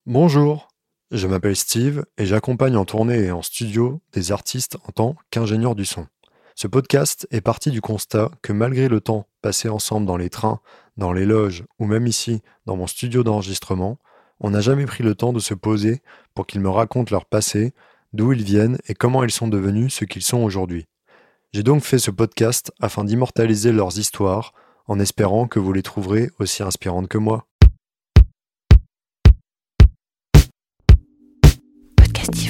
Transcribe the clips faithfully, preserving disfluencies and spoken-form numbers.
Bonjour, je m'appelle Steve et j'accompagne en tournée et en studio des artistes en tant qu'ingénieur du son. Ce podcast est parti du constat que malgré le temps passé ensemble dans les trains, dans les loges ou même ici dans mon studio d'enregistrement, on n'a jamais pris le temps de se poser pour qu'ils me racontent leur passé, d'où ils viennent et comment ils sont devenus ce qu'ils sont aujourd'hui. J'ai donc fait ce podcast afin d'immortaliser leurs histoires en espérant que vous les trouverez aussi inspirantes que moi. Podcastive.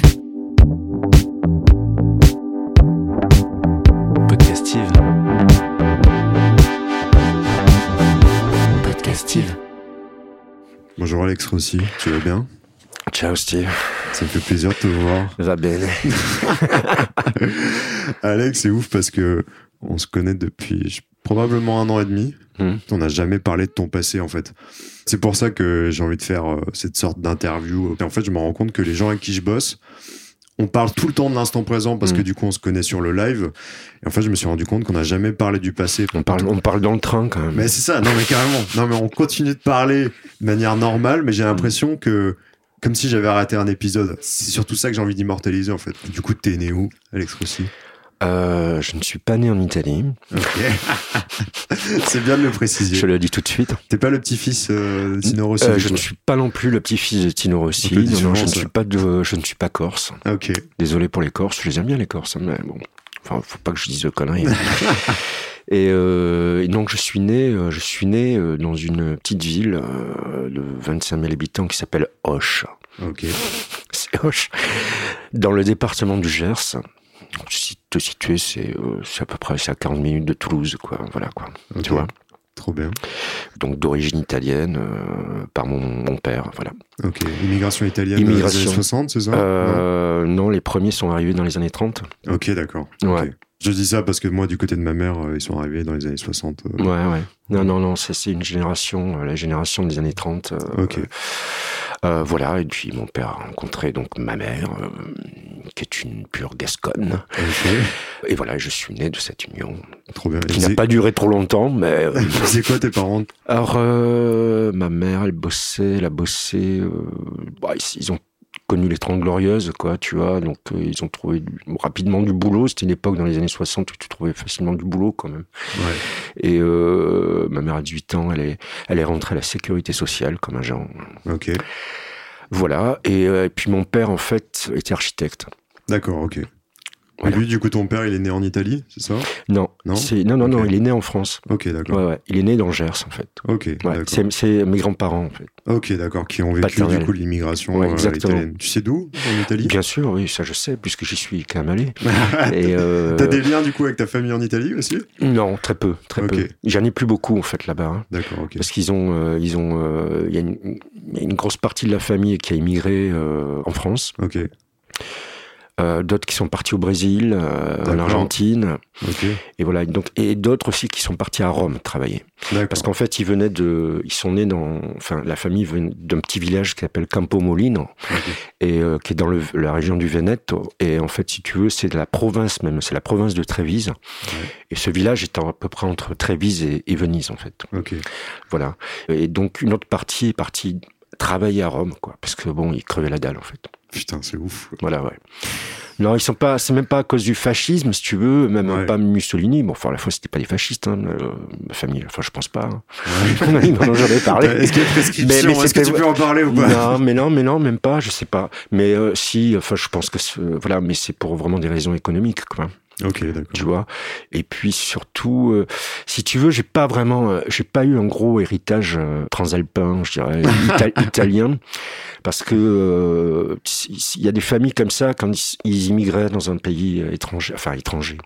Podcastive. Podcastive. Bonjour Alex Rossi, tu vas bien? Ciao Steve. Ça me fait plaisir de te voir. Va bene. Alex, c'est ouf parce que on se connaît depuis probablement un an et demi. Mmh. On n'a jamais parlé de ton passé en fait. C'est pour ça que j'ai envie de faire euh, cette sorte d'interview. Et en fait, je me rends compte que les gens avec qui je bosse, on parle tout le temps de l'instant présent parce mmh. que du coup, on se connaît sur le live. Et en fait, je me suis rendu compte qu'on n'a jamais parlé du passé. On parle, on parle dans le train quand même. Mais c'est ça, non mais carrément. Non mais on continue de parler de manière normale, mais j'ai l'impression mmh. que comme si j'avais raté un épisode. C'est surtout ça que j'ai envie d'immortaliser en fait. Du coup, t'es né où, Alex Rossi? Euh, je ne suis pas né en Italie. Ok. C'est bien de le préciser. Je le dis tout de suite. T'es pas le petit-fils euh, de Tino Rossi? euh, Je ne suis pas non plus le petit-fils de Tino Rossi. Non, non, je ne suis pas de, je ne suis pas corse. Ah, ok. Désolé pour les Corses. Je les aime bien les Corses, mais bon. Enfin, faut pas que je dise de conneries. Et, euh, et donc je suis né, je suis né dans une petite ville euh, de vingt-cinq mille habitants qui s'appelle Auch. Ok. C'est Auch, dans le département du Gers. Si te situer, c'est, euh, c'est à peu près c'est à quarante minutes de Toulouse, quoi. Voilà, quoi. Okay. Tu vois. Trop bien. Donc d'origine italienne, euh, par mon, mon père, voilà. Ok. Immigration italienne Immigration. Dans les années soixante, c'est ça? euh, non, non, les premiers sont arrivés dans les années trente. Ok, d'accord. Ouais. Okay. Je dis ça parce que moi, du côté de ma mère, euh, ils sont arrivés dans les années soixante. Euh... Ouais, ouais. Non, non, non, c'est, c'est une génération, euh, la génération des années trente. Euh, ok. Euh, voilà, et puis mon père a rencontré donc ma mère, euh, qui est une pure Gasconne. Okay. Et voilà, je suis né de cette union. Trop bien. Qui n'a pas duré trop longtemps, mais... Euh, c'est quoi tes parents? Alors, euh, ma mère, elle bossait, elle a bossé... Euh, bah, ils ont connu les Trente Glorieuses, quoi, tu vois, donc euh, ils ont trouvé du, rapidement du boulot. C'était une époque dans les années soixante où tu trouvais facilement du boulot, quand même. Ouais. Et euh, ma mère a dix-huit ans, elle est, elle est rentrée à la sécurité sociale comme agent. Ok. Voilà, et, euh, et puis mon père, en fait, était architecte. D'accord, ok. Voilà. Et lui, du coup, ton père, il est né en Italie, c'est ça? Non, non, c'est, non, non, okay. non, il est né en France. Ok, d'accord. Ouais, ouais, il est né dans le Gers, en fait. Ok, ouais, d'accord. C'est, c'est mes grands-parents, en fait. Ok, d'accord, qui ont vécu, Paternel. Du coup, l'immigration ouais, euh, italienne. Tu sais d'où, en Italie? Bien sûr, oui, ça je sais, puisque j'y suis quand même allé. Et euh... T'as des liens, du coup, avec ta famille en Italie, aussi? Non, très peu, très okay. peu. J'en ai plus beaucoup, en fait, là-bas. Hein. D'accord, ok. Parce qu'ils ont... Euh, ils ont, il euh, y a une, une grosse partie de la famille qui a immigré euh, en France. Ok. Euh, d'autres qui sont partis au Brésil, euh, en Argentine, okay. et voilà. Donc, et d'autres aussi qui sont partis à Rome travailler. D'accord. Parce qu'en fait, ils venaient de, ils sont nés dans, enfin, la famille venait d'un petit village qui s'appelle Campomolino, okay. et euh, qui est dans le, la région du Veneto. Et en fait, si tu veux, c'est de la province même, c'est la province de Trévise. Ouais. Et ce village est à peu près entre Trévise et, et Venise, en fait. Okay. Voilà. Et donc une autre partie est partie travailler à Rome, quoi, parce que bon, ils crevaient la dalle, en fait. Putain, c'est ouf. Voilà, ouais. Non, ils sont pas, c'est même pas à cause du fascisme, si tu veux, même ouais. pas Mussolini. Bon, enfin, à la fois, c'était pas des fascistes, hein, euh, ma famille, enfin, je pense pas. Hein. Ouais. Ils m'en ont jamais parlé. Est-ce qu'il y a une prescription? Mais, mais Est-ce que tu peux en parler ou pas? Non, mais non, mais non, même pas, je sais pas. Mais euh, si, enfin, je pense que, voilà, mais c'est pour vraiment des raisons économiques, quoi. Ok, d'accord. Tu vois. Et puis surtout, euh, si tu veux, j'ai pas vraiment, euh, j'ai pas eu un gros héritage euh, transalpin, je dirais, ita- italien, parce que euh, il y a des familles comme ça quand ils, ils immigraient dans un pays étranger, enfin étranger,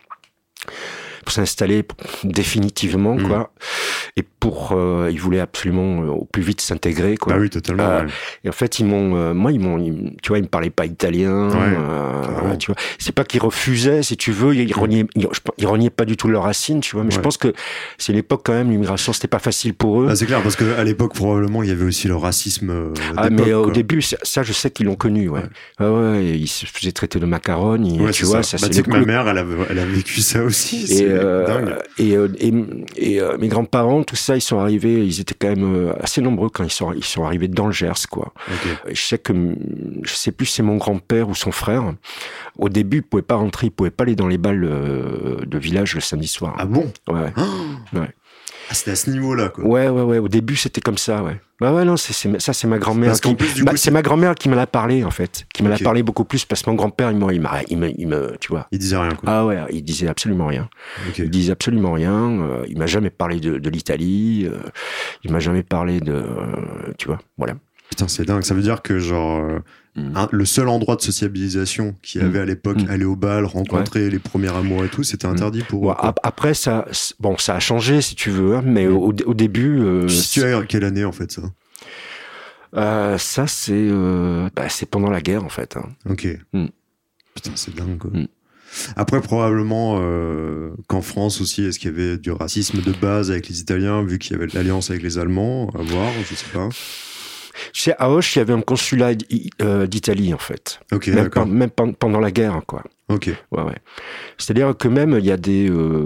pour s'installer définitivement, mmh. quoi. Et pour, euh, ils voulaient absolument euh, au plus vite s'intégrer, quoi. Ah oui, totalement. Euh, ouais. Et en fait, ils m'ont, euh, moi, ils m'ont, ils, tu vois, ils me parlaient pas italien. Ouais. Euh, tu vois, c'est pas qu'ils refusaient, si tu veux, ils reniaient, ils, ils reniaient pas du tout leurs racines, tu vois. Mais ouais. je pense que c'est l'époque quand même, l'immigration, c'était pas facile pour eux. Ah, c'est clair, parce que à l'époque probablement il y avait aussi le racisme. Euh, ah, mais euh, au début, ça, je sais qu'ils l'ont connu, ouais. ouais. Ah ouais, ils se faisaient traiter de macarogne. Ouais, tu vois, ça. ça bah, c'est tu sais que ma mère, elle a, elle a vécu ça aussi. Et euh, et, euh, et, et euh, mes grands-parents, tout ça, ils sont arrivés, ils étaient quand même euh, assez nombreux quand ils sont, ils sont arrivés dans le Gers, quoi. Okay. Je sais que, je sais plus si c'est mon grand-père ou son frère. Au début, ils pouvaient pas rentrer, ils pouvaient pas aller dans les balles euh, de village le samedi soir. Ah bon? Ouais. Oh ouais. Ah, c'était à ce niveau-là, quoi. Ouais, ouais, ouais. Au début, c'était comme ça, ouais. Bah ouais, non, c'est, c'est, ça, c'est ma grand-mère. Parce qu'en qui, plus, du bah, coup, c'est, c'est ma grand-mère qui m'en a parlé, en fait. Qui m'en okay. a parlé beaucoup plus parce que mon grand-père, il me, il, il me, il me, tu vois. Il disait rien, quoi. Ah ouais, il disait absolument rien. Okay. Il disait absolument rien. Euh, il m'a jamais parlé de, de l'Italie. Euh, il m'a jamais parlé de, euh, tu vois, voilà. Putain, c'est dingue. Ça veut dire que, genre, euh, mm. un, le seul endroit de sociabilisation qu'il y avait mm. à l'époque, mm. aller au bal, rencontrer ouais. les premiers amours et tout, c'était interdit pour ouais, eux. Quoi. Après, ça, bon, ça a changé, si tu veux, hein, mais mm. au, au début... Euh, tu sais à quelle année, en fait, ça euh, Ça, c'est, euh, bah, c'est pendant la guerre, en fait. Hein. Ok. Mm. Putain, c'est dingue, quoi. Mm. Après, probablement euh, qu'en France aussi, est-ce qu'il y avait du racisme de base avec les Italiens, vu qu'il y avait l'alliance avec les Allemands, à voir, je sais pas. Tu sais, à Auch, il y avait un consulat d'Italie, en fait. Ok, même, d'accord. Même pendant la guerre, quoi. Ok. Ouais, ouais. C'est-à-dire que même, il y a des...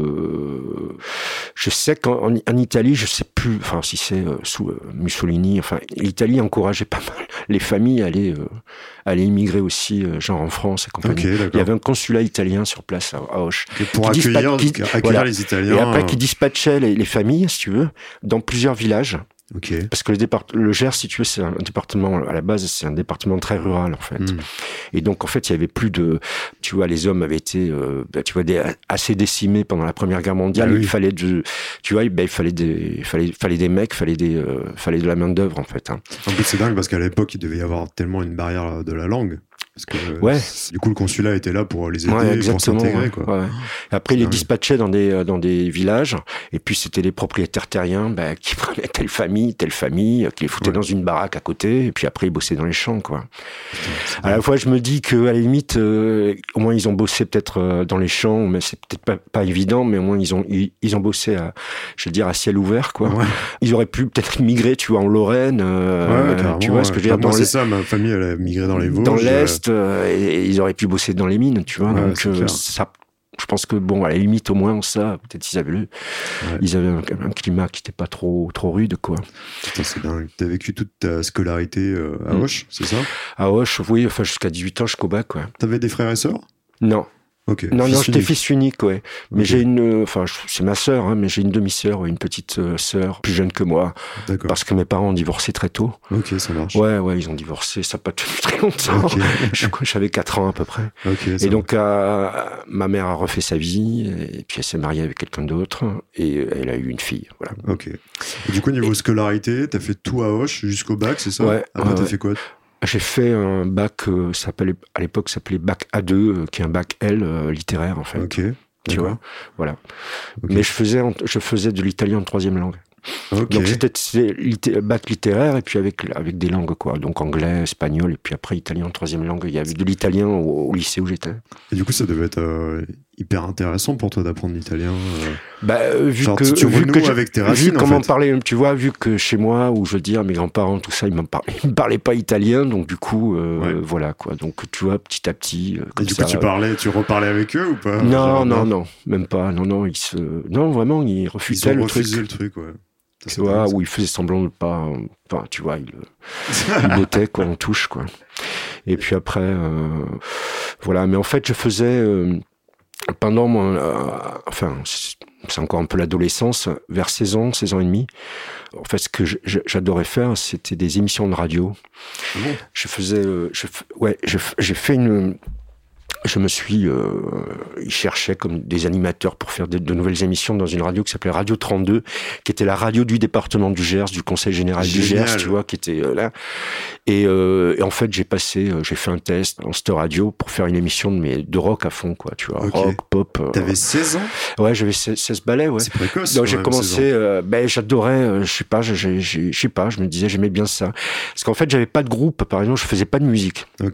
Euh, je sais qu'en en Italie, je sais plus, enfin, si c'est euh, sous euh, Mussolini, enfin, l'Italie encourageait pas mal les familles à aller, euh, à aller immigrer aussi, euh, genre en France et compagnie. Okay, il y avait un consulat italien sur place à, à Auch. Okay, pour accueillir, qui, accueillir voilà. les Italiens. Et après, qui dispatchait les, les familles, si tu veux, dans plusieurs villages. Okay. Parce que le, départ, le Gers, si tu veux, c'est un département, à la base, c'est un département très rural, en fait. Mm. Et donc, en fait, il y avait plus de, tu vois, les hommes avaient été, euh, bah, tu vois, des, assez décimés pendant la Première Guerre mondiale. Ah, oui. Il fallait de, tu vois, bah, il fallait des, il fallait, fallait des mecs, fallait des, euh, fallait de la main d'œuvre, en fait. Hein. En plus, c'est dingue parce qu'à l'époque, il devait y avoir tellement une barrière de la langue. Parce que ouais. du coup, le consulat était là pour les aider, ouais, pour s'intégrer. Ouais, quoi. Ouais. Et après, ils les dispatchaient dans des, dans des villages. Et puis, c'était les propriétaires terriens bah, qui prenaient telle famille, telle famille, qui les foutaient ouais. dans une baraque à côté. Et puis après, ils bossaient dans les champs. Quoi. Putain, à la fois, je me dis qu'à la limite, euh, au moins, ils ont bossé peut-être euh, dans les champs. Mais c'est peut-être pas, pas évident. Mais au moins, ils ont, ils, ils ont bossé, à, je veux dire, à ciel ouvert. Quoi. Ouais. Ils auraient pu peut-être migrer, tu vois, en Lorraine. Euh, ouais, tu vois ouais. ce que je veux dire. Moi, c'est le... ça. Ma famille, elle a migré dans les Vosges. Dans l'Est. Euh, et, ils auraient pu bosser dans les mines, tu vois. Ouais, donc, euh, ça, je pense que, bon, à la limite, au moins, ça, peut-être ils avaient, le, ouais. ils avaient un, un climat qui n'était pas trop, trop rude, quoi. Putain, c'est dingue. T'as vécu toute ta scolarité euh, à mmh. Auch, c'est ça? À Auch, oui, enfin, jusqu'à dix-huit ans, jusqu'au bac, quoi. T'avais des frères et sœurs? Non. Okay. Non, fils non, j'étais fils unique, ouais. Mais okay. j'ai une, enfin, c'est ma sœur, hein, mais j'ai une demi-sœur, une petite euh, sœur, plus jeune que moi. D'accord. Parce que mes parents ont divorcé très tôt. Ok, ça marche. Ouais, ouais, ils ont divorcé, ça n'a pas tenu très longtemps. Okay. Je, j'avais quatre ans à peu près. Okay, et donc, euh, ma mère a refait sa vie, et puis elle s'est mariée avec quelqu'un d'autre, et elle a eu une fille, voilà. Ok. Et du coup, niveau et... scolarité, t'as fait tout à Auch jusqu'au bac, c'est ça? Ouais. Après, ouais, t'as ouais. fait quoi? J'ai fait un bac, euh, ça s'appelait, à l'époque, ça s'appelait bac A deux, euh, qui est un bac L euh, littéraire, en fait. Ok. Tu vois, voilà. Okay. Mais je faisais, je faisais de l'italien en troisième langue. Okay. Donc c'était, c'était litté- bac littéraire et puis avec, avec des langues, quoi. Donc anglais, espagnol et puis après italien en troisième langue. Il y avait de l'italien au, au lycée où j'étais. Et du coup, ça devait être euh, hyper intéressant pour toi d'apprendre l'italien. Euh... Bah, euh, vu Genre, que, tu vu que avec tes racines, vu en comment fait. parler, tu vois, vu que chez moi, où je veux dire, mes grands-parents, tout ça, ils ne me parlaient pas italien, donc du coup, euh, ouais. voilà, quoi. Donc, tu vois, petit à petit. Euh, comme et du ça, coup, tu parlais, tu reparlais avec eux ou pas? Non, Genre, non, non, même pas. Non, non, ils se, non, vraiment, ils refusaient ils ont le refusé truc. le truc, ouais. Tu vois, où il faisait semblant de pas, enfin, tu vois, il, il bottait, quoi, en touche, quoi. Et puis après, euh, voilà. Mais en fait, je faisais, euh, pendant mon, euh, enfin, c'est, c'est encore un peu l'adolescence, vers seize ans, seize ans et demi. En fait, ce que je, je, j'adorais faire, c'était des émissions de radio. Bon. Je faisais, euh, je, ouais, je, j'ai fait une, je me suis, euh, ils cherchaient comme des animateurs pour faire de, de nouvelles émissions dans une radio qui s'appelait Radio trente-deux, qui était la radio du département du Gers, du Conseil général Génial. du Gers, tu vois, qui était euh, là. Et, euh, et en fait, j'ai passé, euh, j'ai fait un test dans cette radio pour faire une émission de, mais, de rock à fond, quoi, tu vois, okay. rock, pop. Euh, T'avais seize ans? Ouais, j'avais seize, seize balais, ouais. C'est précoce. Donc j'ai commencé, euh, ben j'adorais, euh, je sais pas, je sais pas, je me disais, j'aimais bien ça. Parce qu'en fait, j'avais pas de groupe, par exemple, je faisais pas de musique. Ok.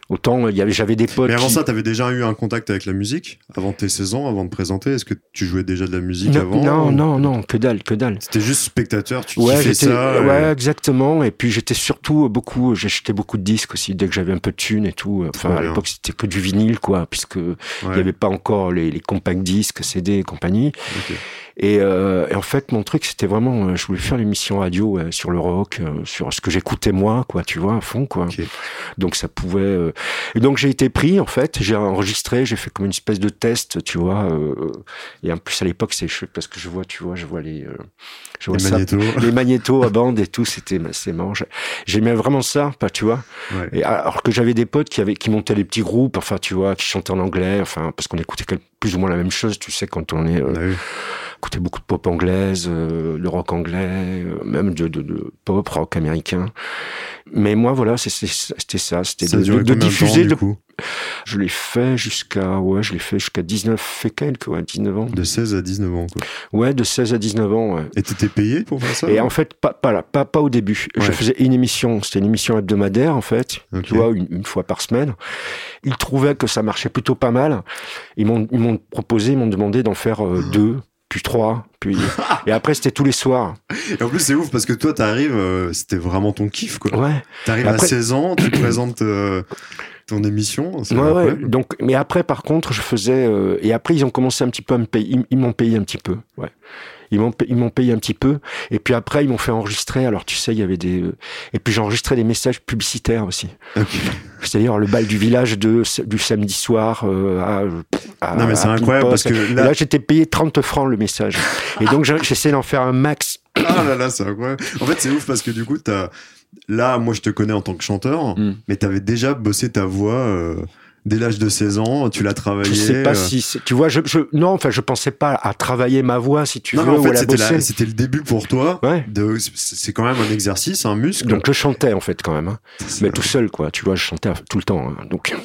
Autant y avait, j'avais des potes. Mais avant qui... ça, t'avais déjà eu un contact avec la musique avant tes seize ans, avant de présenter. Est-ce que tu jouais déjà de la musique non, avant? Non, ou... non, non, que dalle, que dalle. C'était juste spectateur, tu ouais, kiffais ça. Ouais, et... exactement. Et puis j'étais surtout beaucoup, j'achetais beaucoup de disques aussi dès que j'avais un peu de thunes et tout. Enfin, Trop à bien. l'époque, c'était que du vinyle, quoi, puisque il ouais. y avait pas encore les, les compact disques, C D et compagnie. Okay. Et, euh, et en fait, mon truc, c'était vraiment, euh, je voulais faire l'émission radio ouais, sur le rock, euh, sur ce que j'écoutais moi, quoi, tu vois, à fond, quoi. Okay. Donc ça pouvait. Euh... Et donc j'ai été pris, en fait, j'ai enregistré, j'ai fait comme une espèce de test, tu vois. Euh... Et en plus à l'époque, c'est chouette parce que je vois, tu vois, je vois les, euh... je vois les ça, magnétos, les magnétos à bande et tout, c'était, c'est marrant. J'aimais vraiment ça, pas, tu vois. Ouais. Et alors que j'avais des potes qui avaient, qui montaient des petits groupes, enfin, tu vois, qui chantaient en anglais, enfin, parce qu'on écoutait plus ou moins la même chose, tu sais, quand on est. Euh... Ouais. Écoutais beaucoup de pop anglaise, euh, de rock anglais, euh, même de, de, de pop rock américain. Mais moi, voilà, c'est, c'est, c'était ça. C'était ça de, a duré de, de diffuser. De temps, de... du coup Je l'ai fait jusqu'à, ouais, je l'ai fait jusqu'à dix-neuf et quelques, ouais, dix-neuf ans. De seize à dix-neuf ans, quoi. Ouais, de seize à dix-neuf ans, ouais. Et t'étais payé pour faire ça? Et en fait, pas, pas là, pas, pas au début. Ouais. Je faisais une émission, c'était une émission hebdomadaire, en fait. Okay. Tu vois, une, une fois par semaine. Ils trouvaient que ça marchait plutôt pas mal. Ils m'ont, ils m'ont proposé, ils m'ont demandé d'en faire euh, deux. Puis trois, puis... et après c'était tous les soirs. Et en plus c'est ouf parce que toi t'arrives, euh, c'était vraiment ton kiff quoi. Ouais. T'arrives après... à seize ans, tu présentes euh, ton émission. Ouais, ouais. Donc, mais après par contre je faisais euh, et après ils ont commencé un petit peu à me payer, ils, ils m'ont payé un petit peu. Ouais. Ils m'ont, ils m'ont payé un petit peu. Et puis après, ils m'ont fait enregistrer. Alors, tu sais, il y avait des... Et puis, j'enregistrais des messages publicitaires aussi. Okay. C'est-à-dire le bal du village de, du samedi soir euh, à, à... Non, mais c'est incroyable parce que là... là, j'étais payé trente francs le message. Et donc, j'essaie d'en faire un max. Ah là là, c'est incroyable. En fait, c'est ouf parce que du coup, t'as... Là, moi, je te connais en tant que chanteur, mm. mais t'avais déjà bossé ta voix... Euh... Dès l'âge de seize ans, tu l'as travaillé. Je sais pas euh... si, c'est... tu vois, je, je, non, enfin, je pensais pas à travailler ma voix, si tu non, veux, mais en fait, ou à la c'était, bosser. la, c'était le début pour toi. Ouais. De, c'est quand même un exercice, un muscle. Donc, je chantais, en fait, quand même, hein. Mais tout seul, quoi. Tu vois, je chantais tout le temps, hein. Donc.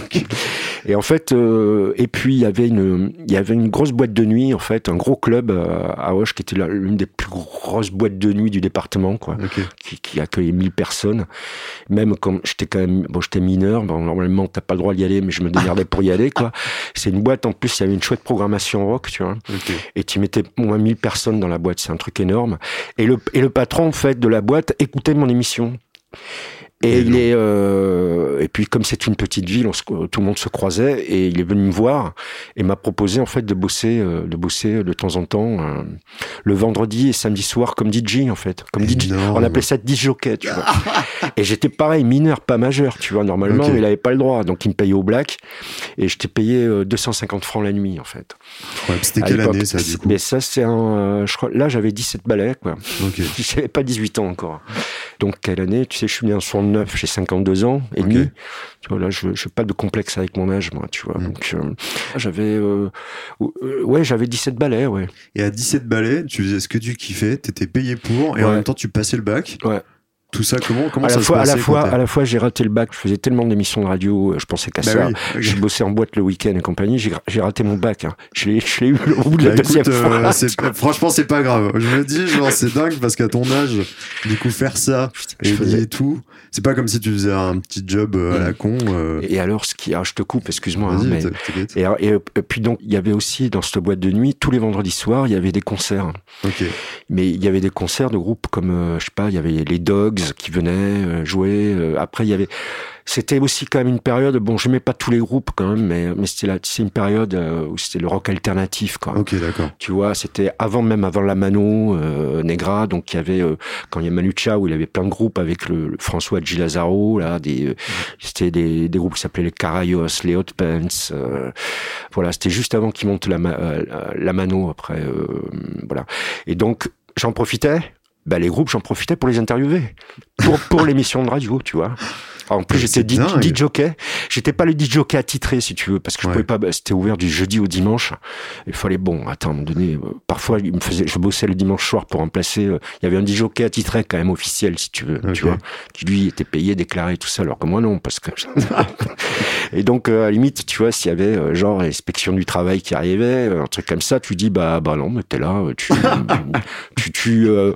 Et en fait, euh, et puis, il y avait une, il y avait une grosse boîte de nuit, en fait, un gros club euh, à Auch, qui était la, l'une des plus grosses boîtes de nuit du département, quoi. Okay. Qui, qui accueillait mille personnes. Même comme j'étais quand même, bon, j'étais mineur, bon, normalement, t'as pas le droit d'y aller, mais je me démerdais pour y aller, quoi. C'est une boîte, en plus, il y avait une chouette programmation rock, tu vois. Okay. Et tu mettais au moins mille personnes dans la boîte, c'est un truc énorme. Et le, et le patron, en fait, de la boîte écoutait mon émission. Et, et il est, euh, et puis comme c'est une petite ville, on se, tout le monde se croisait et il est venu me voir et m'a proposé en fait de bosser, euh, de bosser de temps en temps euh, le vendredi et samedi soir comme D J en fait, comme D J. On appelait ça D J jockey, tu vois. Et j'étais pareil mineur, pas majeur, tu vois. Normalement, okay. Il avait pas le droit, donc il me payait au black et j'étais payé euh, deux cent cinquante francs la nuit en fait. Ouais, c'était à quelle année ça du coup? Mais ça c'est un, euh, je crois, là j'avais dix-sept balais quoi. Okay. J'avais pas dix-huit ans encore. Donc quelle année? Tu sais, je suis né en soixante-neuf, j'ai cinquante-deux ans et demi. Okay. Tu vois, là, je n'ai pas de complexe avec mon âge, moi, tu vois. Mm. Donc, euh, j'avais, euh, euh, ouais, j'avais dix-sept balais, ouais. Et à dix-sept balais, tu faisais ce que tu kiffais, t'étais payé pour, et ouais. En même temps, tu passais le bac. Ouais. Tout ça, comment, comment à ça la se fois, passait à la fois, à la fois, j'ai raté le bac. Je faisais tellement d'émissions de radio, je pensais qu'à bah ça. Oui, okay. J'ai bossé en boîte le week-end et compagnie. J'ai, j'ai raté mon bac. Hein. Je l'ai, je l'ai eu au bout de bah la écoute, deuxième euh, fois. C'est, franchement, c'est pas grave. Je me dis, genre, c'est dingue parce qu'à ton âge, du coup, faire ça et faisais tout, c'est pas comme si tu faisais un petit job euh, à la con. Euh... Et alors, ce qui, ah, je te coupe, excuse-moi. Hein, mais... et, et, et puis donc, il y avait aussi dans cette boîte de nuit tous les vendredis soirs, il y avait des concerts. Okay. Mais il y avait des concerts de groupes comme, euh, je sais pas, il y avait les Dogs qui venaient. Jouer. Après, il y avait. C'était aussi quand même une période. Bon, j'aimais pas tous les groupes quand même, mais mais c'était là. C'est une période où c'était le rock alternatif, quoi. Ok, d'accord. Tu vois, c'était avant même avant la Mano euh, Negra, donc il y avait euh, quand il y a Manu Chao, il avait plein de groupes avec le, le François G. Lazaro, là, des. Euh, c'était des des groupes qui s'appelaient les Carayos, les Hot Pants. Euh, voilà, c'était juste avant qu'ils montent la euh, la Mano après. Euh, voilà. Et donc j'en profitais. Bah, les groupes, j'en profitais pour les interviewer. Pour, pour l'émission de radio, tu vois. Alors, en plus, j'étais D J jockey. J'étais pas le D J jockey attitré, si tu veux, parce que je ouais. pouvais pas, bah, c'était ouvert du jeudi au dimanche. Il fallait, bon, attends, à un moment donné, euh, parfois, il me faisait, je bossais le dimanche soir pour remplacer, euh, il y avait un D J jockey attitré, quand même, officiel, si tu veux, okay. tu vois, qui lui était payé, déclaré, tout ça, alors que moi, non, parce que, et donc, euh, à la limite, tu vois, s'il y avait, euh, genre, l'inspection du travail qui arrivait, un truc comme ça, tu dis, bah, bah, non, mais t'es là, tu, tu, tu, euh,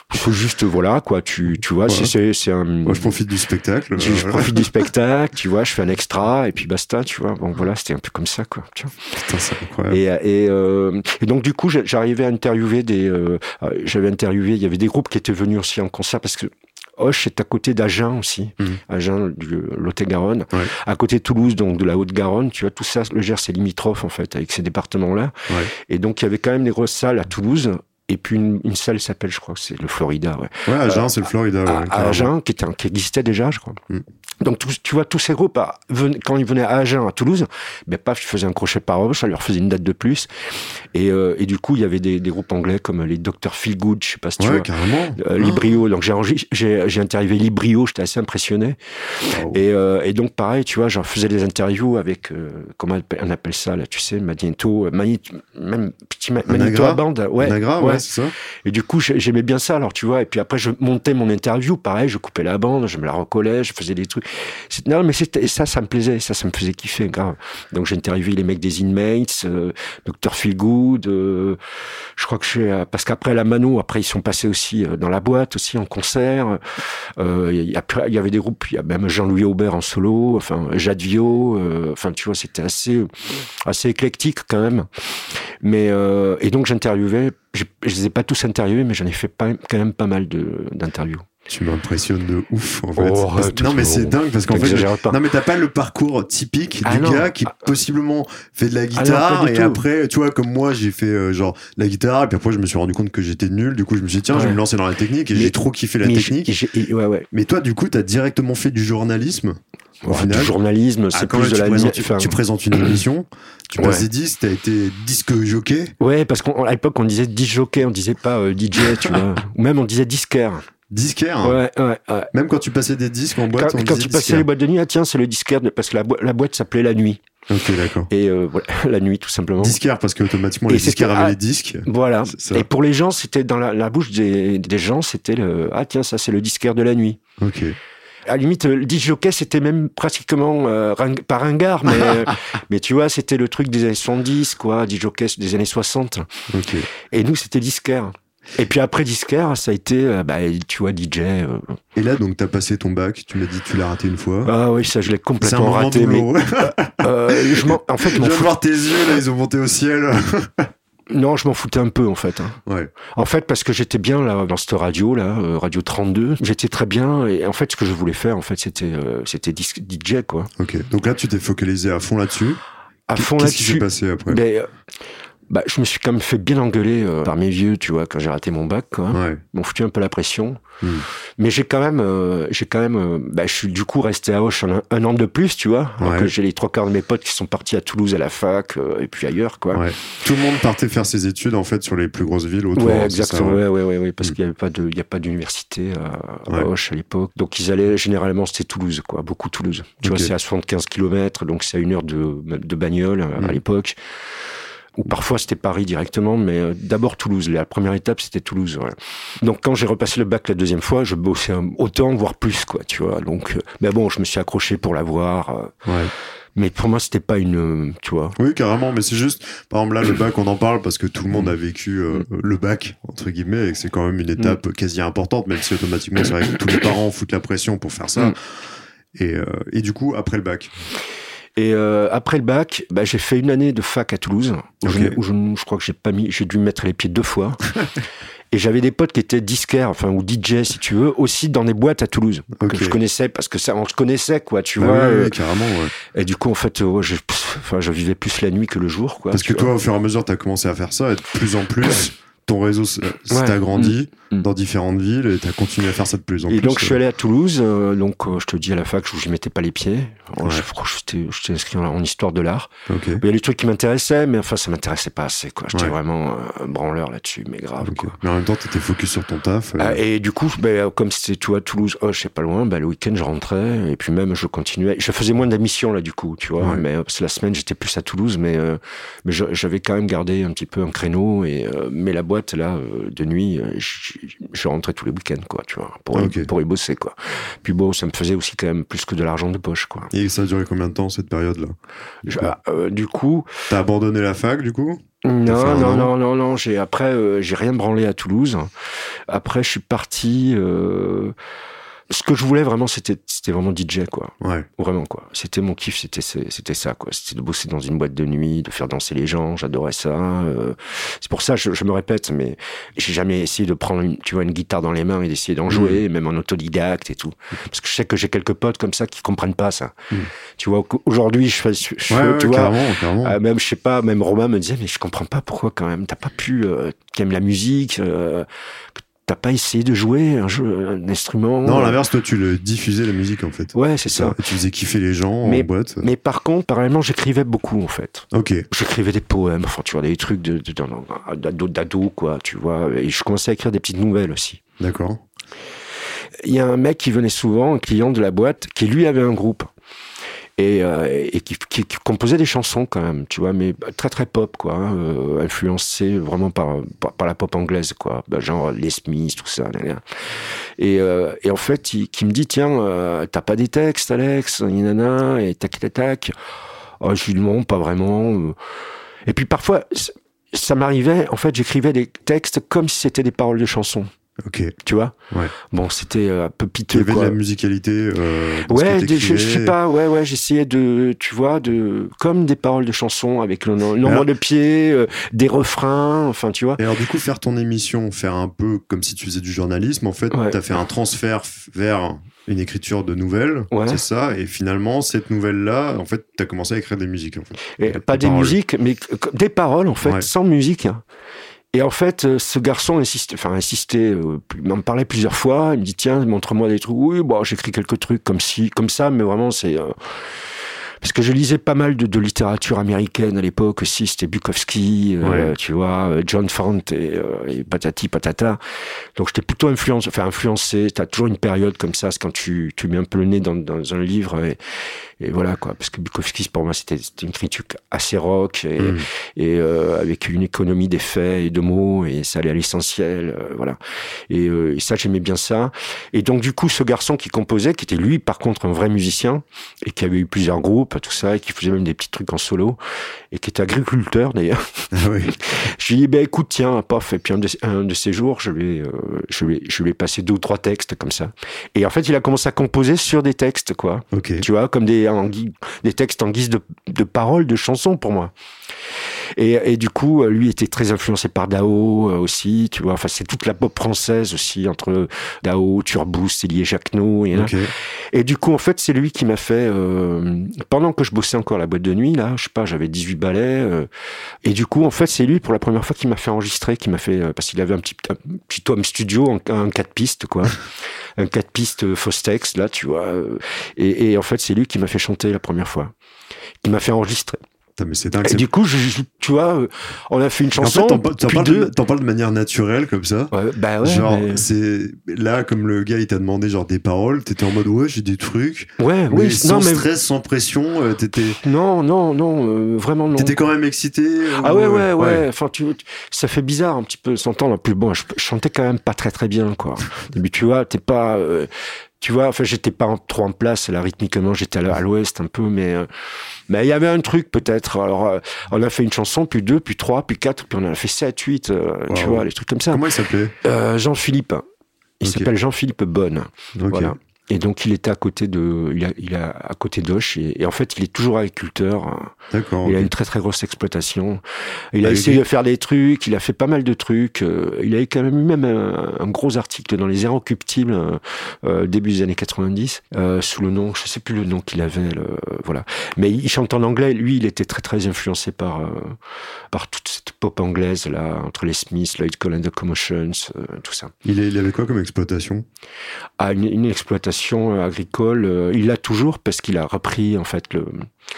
c'est juste, voilà, quoi, tu, tu vois, ouais. c'est, c'est, c'est un... Moi, je profite du spectacle. Je, je profite du spectacle, tu vois, je fais un extra, et puis basta, tu vois. Bon, voilà, c'était un peu comme ça, quoi. Tu vois. Putain, c'est incroyable. Et, et, euh, et donc, du coup, j'arrivais à interviewer des... Euh, j'avais interviewé, il y avait des groupes qui étaient venus aussi en concert, parce que Auch est à côté d'Agen aussi, mmh. Agen du Lot-et-Garonne, ouais. à côté de Toulouse, donc de la Haute-Garonne, tu vois, tout ça, le Gers, c'est limitrophe, en fait, avec ces départements-là. Ouais. Et donc, il y avait quand même des grosses salles à Toulouse, et puis une, une salle s'appelle, je crois que c'est le Florida, ouais. Ouais, Agen, euh, c'est le Florida, ouais. À, à Agen, qui, était un, qui existait déjà, je crois. Mmh. Donc, tout, tu vois, tous ces groupes, à, ven, quand ils venaient à Agen, à Toulouse, ben, paf, ils faisaient un crochet par Auch, ça leur faisait une date de plus. Et, euh, et du coup, il y avait des, des groupes anglais comme les docteur Feelgood, je sais pas si tu ouais, vois. Carrément. Euh, Librio. Donc, j'ai, j'ai, j'ai interviewé Librio, j'étais assez impressionné. Oh. Et, euh, et donc, pareil, tu vois, j'en faisais des interviews avec, euh, comment on appelle ça, là, tu sais, Magneto, Magneto, même petit Magneto à bande. Ouais, Nagra, ouais, ouais, c'est ça. Et du coup, j'aimais bien ça, alors, tu vois. Et puis après, je montais mon interview, pareil, je coupais la bande, je me la recollais, je faisais des trucs. C'est, non, mais c'était, ça, ça me plaisait, ça, ça me faisait kiffer, grave. Donc, j'ai interviewé les mecs des Inmates, euh, docteur Feelgood, euh, je crois que je suis, parce qu'après la Mano, après, ils sont passés aussi dans la boîte, aussi en concert. Euh, y a, il y avait des groupes, il y a même Jean-Louis Aubert en solo, enfin, Jadvio, euh, enfin, tu vois, c'était assez, assez éclectique quand même. Mais, euh, et donc, j'interviewais, je ne les ai pas tous interviewés, mais j'en ai fait pas, quand même pas mal de, d'interviews. Tu m'impressionnes de ouf, en fait. Oh, parce, non, mais c'est dingue parce qu'en fait, pas. non, mais t'as pas le parcours typique ah du non. gars qui possiblement fait de la guitare ah et tout. après, tu vois, comme moi, j'ai fait euh, genre la guitare et puis après, je me suis rendu compte que j'étais nul. Du coup, je me suis dit, tiens, ouais. je vais me lancer dans la technique et mais, j'ai trop kiffé la technique. J'ai, j'ai, ouais, ouais. Mais toi, du coup, t'as directement fait du journalisme. Au ouais, final, du journalisme, c'est ah, plus de tu la présentes, musique. Tu présentes une émission, tu passes ouais. des disques, t'as été disque jockey. Ouais, parce qu'à l'époque, on disait disque jockey, on disait pas euh, D J, tu vois. Ou même, on disait disquaire. Disquaire hein. Ouais, ouais, ouais. Même quand tu passais des disques en boîte, quand, on quand disait tu passais disquaire. les boîtes de nuit, ah tiens, c'est le disquaire, parce que la, bo- la boîte s'appelait La Nuit. Ok, d'accord. Et euh, voilà, la nuit, tout simplement. Disquaire, parce qu'automatiquement, les disquaires avaient les disques. Voilà. Et pour les gens, c'était dans la, la bouche des, des gens, c'était le, ah tiens, ça, c'est le disquaire de la nuit. Ok. À la limite, le disc jockey, c'était même pratiquement euh, ring, pas ringard, mais, euh, mais tu vois, c'était le truc des années soixante-dix, quoi, disc jockey des années soixante. Ok. Et nous, c'était disquaire. Et puis après disquaire, ça a été, euh, bah, tu vois, D J. Euh... Et là, donc, t'as passé ton bac, tu m'as dit que tu l'as raté une fois. Ah oui, ça, je l'ai complètement C'est un raté. Boulot. Mais, euh, je m'en, en fait, je m'en viens de voir tes yeux, là, ils ont monté au ciel. Non, je m'en foutais un peu, en fait. Hein. Ouais. En fait, parce que j'étais bien, là, dans cette radio, là, euh, Radio trente-deux. J'étais très bien. Et en fait, ce que je voulais faire, en fait, c'était, euh, c'était D J, quoi. Ok. Donc là, tu t'es focalisé à fond là-dessus. À fond Qu'est-ce là-dessus. Qu'est-ce qui s'est passé après? Mais, euh, bah, je me suis quand même fait bien engueuler euh, par mes vieux, tu vois, quand j'ai raté mon bac, quoi. Ouais. Ils m'ont foutu un peu la pression. Mmh. Mais j'ai quand même, euh, j'ai quand même, euh, bah, je suis du coup resté à Auch un, un an de plus, tu vois. Alors ouais. que j'ai les trois quarts de mes potes qui sont partis à Toulouse à la fac euh, et puis ailleurs, quoi. Ouais. Tout le monde partait faire ses études en fait sur les plus grosses villes autour. Ouais, exactement. Ça, ouais, ouais, ouais, ouais, parce mmh. qu'il y avait pas de, il y a pas d'université à, à ouais. Auch à l'époque. Donc ils allaient généralement c'était Toulouse, quoi, beaucoup Toulouse. Tu okay. vois, c'est à soixante-quinze kilomètres, donc c'est à une heure de, de bagnole mmh. à l'époque. Ou parfois c'était Paris directement, mais euh, d'abord Toulouse. La première étape c'était Toulouse. Ouais. Donc quand j'ai repassé le bac la deuxième fois, je bossais autant, voire plus, quoi, tu vois. Donc, euh, mais bon, je me suis accroché pour l'avoir. Euh, ouais. Mais pour moi, c'était pas une, tu vois. Oui, carrément. Mais c'est juste, par exemple là, le bac, on en parle parce que tout le monde a vécu euh, le bac entre guillemets, et que c'est quand même une étape mm. quasi importante, même si automatiquement, c'est vrai que tous les parents foutent la pression pour faire ça. Mm. Et, euh, et du coup, après le bac. Et euh, après le bac, bah, j'ai fait une année de fac à Toulouse, où, okay. je, où je, je crois que j'ai pas mis, j'ai dû mettre les pieds deux fois. Et j'avais des potes qui étaient disquaires, enfin, ou D J, si tu veux, aussi dans des boîtes à Toulouse, okay. que je connaissais, parce que ça, on se connaissait, quoi, tu bah vois. Oui, euh, oui, carrément, ouais. Et du coup, en fait, euh, je, enfin, je vivais plus la nuit que le jour, quoi. Parce que vois. Toi, au fur et à mesure, t'as commencé à faire ça, et de plus en plus, ton réseau s'est ouais. agrandi mmh. dans différentes villes, et t'as continué à faire ça de plus en et plus. Et donc, euh... je suis allé à Toulouse, euh, donc, euh, je te dis à la fac, je n'y mettais pas les pieds. Ouais. Je crois que j'étais, j'étais inscrit en, en histoire de l'art. Okay. Il y a des trucs qui m'intéressaient, mais enfin, ça m'intéressait pas assez, quoi. J'étais ouais. vraiment euh, branleur là-dessus, mais grave, okay. quoi. Mais en même temps, t'étais focus sur ton taf. Et, euh, et du coup, bah, comme c'était, tu vois, Toulouse, oh, je sais pas loin, bah, le week-end, je rentrais, et puis même, je continuais. Je faisais moins d'émissions, là, du coup, tu vois, ouais. mais euh, parce que la semaine, j'étais plus à Toulouse, mais, euh, mais j'avais quand même gardé un petit peu un créneau, et, euh, mais la boîte, là, euh, de nuit, je, je rentrais tous les week-ends, quoi, tu vois, pour, okay. y, pour y bosser, quoi. Puis bon, ça me faisait aussi quand même plus que de l'argent de poche, quoi. Et ça a duré combien de temps, cette période-là? Je, euh, du coup... T'as abandonné la fac, du coup? Non, non, non, non, non. J'ai après, euh, j'ai rien branlé à Toulouse. Après, je suis parti. Euh... Ce que je voulais vraiment, c'était, c'était vraiment D J, quoi. Ouais. Vraiment, quoi. C'était mon kiff, c'était, c'était ça, quoi. C'était de bosser dans une boîte de nuit, de faire danser les gens. J'adorais ça. Euh... C'est pour ça, je, je me répète, mais j'ai jamais essayé de prendre, une, tu vois, une guitare dans les mains et d'essayer d'en jouer, mmh. même en autodidacte et tout. Parce que je sais que j'ai quelques potes comme ça qui comprennent pas ça. Mmh. Tu vois, aujourd'hui, je fais, je, je, ouais, tu ouais, vois, carrément, carrément. Euh, même, je sais pas, même Romain me disait, mais je comprends pas pourquoi quand même. T'as pas pu, euh, t'aimes la musique, euh, t'as pas essayé de jouer un jeu, un instrument. Non, à l'inverse, toi, tu le diffusais la musique, en fait. Ouais, c'est ça. Et tu faisais kiffer les gens mais, en boîte. Mais par contre, parallèlement, j'écrivais beaucoup, en fait. Ok. J'écrivais des poèmes, enfin, tu vois, des trucs de, de, de, d'ado, d'ado, quoi, tu vois. Et je commençais à écrire des petites nouvelles aussi. D'accord. Il y a un mec qui venait souvent, un client de la boîte, qui lui avait un groupe. Et, euh, et qui, qui, qui composait des chansons quand même, tu vois, mais très très pop, quoi, hein, euh, influencé vraiment par, par par la pop anglaise, quoi, bah, genre les Smiths, tout ça. Là, là. Et, euh, et en fait, il, qui me dit, tiens, euh, t'as pas des textes, Alex, nanana, et tac tac tac. Oh, je lui dis non, pas vraiment. Et puis parfois, ça m'arrivait, en fait, j'écrivais des textes comme si c'était des paroles de chansons. Ok. Tu vois. Ouais. Bon, c'était un peu piteux. Il y avait quoi. de la musicalité. Euh, ouais, des, je, je sais pas. Ouais, ouais. J'essayais de, tu vois, de comme des paroles de chansons avec le nombre alors, de pieds, euh, des refrains. Enfin, tu vois. Et alors, du coup, faire ton émission, faire un peu comme si tu faisais du journalisme. En fait, ouais. t'as fait un transfert vers une écriture de nouvelles. Ouais. C'est ça. Et finalement, cette nouvelle-là, en fait, t'as commencé à écrire des musiques. En fait. Et pas des paroles. musiques, mais des paroles, en fait, ouais. sans musique. Hein. Et en fait, ce garçon insistait, enfin insistait, euh, m'en parlait plusieurs fois. Il me dit tiens, montre-moi des trucs. Oui, bon, j'écris quelques trucs comme si, comme ça, mais vraiment c'est euh... parce que je lisais pas mal de, de littérature américaine à l'époque aussi. C'était Bukowski, euh, ouais. tu vois, John Font et, euh, et patati patata. Donc j'étais plutôt influencé, enfin influencé. T'as toujours une période comme ça, c'est quand tu tu mets un peu le nez dans, dans un livre. Et, Et voilà, quoi. Parce que Bukowski, pour moi, c'était, c'était une critique assez rock et, mmh. et euh, avec une économie des faits et de mots, et ça allait à l'essentiel, euh, voilà. Et, euh, et ça, j'aimais bien ça. Et donc, du coup, ce garçon qui composait, qui était lui, par contre, un vrai musicien, et qui avait eu plusieurs groupes, tout ça, et qui faisait même des petits trucs en solo, et qui était agriculteur, d'ailleurs. Ah oui. Je lui ai dit, ben, écoute, tiens, paf, et puis un de, un de ces jours, je vais, euh, je vais, je vais passer deux ou trois textes, comme ça. Et en fait, il a commencé à composer sur des textes, quoi. Okay. Tu vois, comme des, en guise, des textes en guise de, de paroles, de chansons pour moi. Et, et du coup, lui était très influencé par Dao aussi, tu vois. Enfin, c'est toute la pop française aussi, entre Dao, Turbous, Elie Jacquenot. Et, okay. et du coup, en fait, c'est lui qui m'a fait, euh, pendant que je bossais encore à la boîte de nuit, là, je sais pas, j'avais dix-huit ballets. Euh, et du coup, en fait, c'est lui, pour la première fois, qui m'a fait enregistrer, qui m'a fait, euh, parce qu'il avait un petit, un petit home studio, un, un quatre pistes, quoi. un quatre pistes Fostex, là, tu vois. Et, et en fait, c'est lui qui m'a fait chanter la première fois, qui m'a fait enregistrer. Mais c'est dingue, et c'est... du coup, je, je, tu vois, on a fait une chanson. En fait, t'en, t'en, puis parles, deux... de, t'en parles de manière naturelle, comme ça. Ouais, bah ouais, genre, mais... c'est là, comme le gars, il t'a demandé genre des paroles, t'étais en mode ouais, j'ai des trucs. Ouais, mais oui, sans non, mais... stress, sans pression, euh, t'étais. Non, non, non, euh, vraiment non. T'étais quand même excité. Ah ouais, ouais, ouais. ouais. Enfin, tu, ça fait bizarre un petit peu s'entendre. Plus bon, je, je chantais quand même pas très, très bien, quoi. Mais tu vois, t'es pas. Euh, Tu vois, enfin, j'étais pas trop en place, là, rythmiquement, j'étais à l'ouest un peu, mais euh, mais il y avait un truc, peut-être. Alors, euh, on a fait une chanson, puis deux, puis trois, puis quatre, puis on en a fait sept, huit, euh, wow. tu vois, les trucs comme ça. Comment il s'appelait ? euh, Jean-Philippe. Il okay. s'appelle Jean-Philippe Bonne. Okay. Voilà. Et donc, il était à côté de, il a, il a à côté d'Auch, et, et en fait, il est toujours agriculteur. D'accord. Il okay. a une très très grosse exploitation. Il a ah, essayé okay. de faire des trucs, il a fait pas mal de trucs. Euh, il a quand même eu même un, un gros article dans les Inrecuptibles euh, euh, début des années quatre-vingt-dix euh, sous le nom, je sais plus le nom qu'il avait. Le, voilà. Mais il chante en anglais. Lui, il était très très influencé par euh, par toute cette pop anglaise là, entre les Smiths, Lloyd Cole and the Commotions, euh, tout ça. Il, est, il avait quoi comme exploitation ? Ah, une, une exploitation agricole, euh, il l'a toujours parce qu'il a repris en fait le,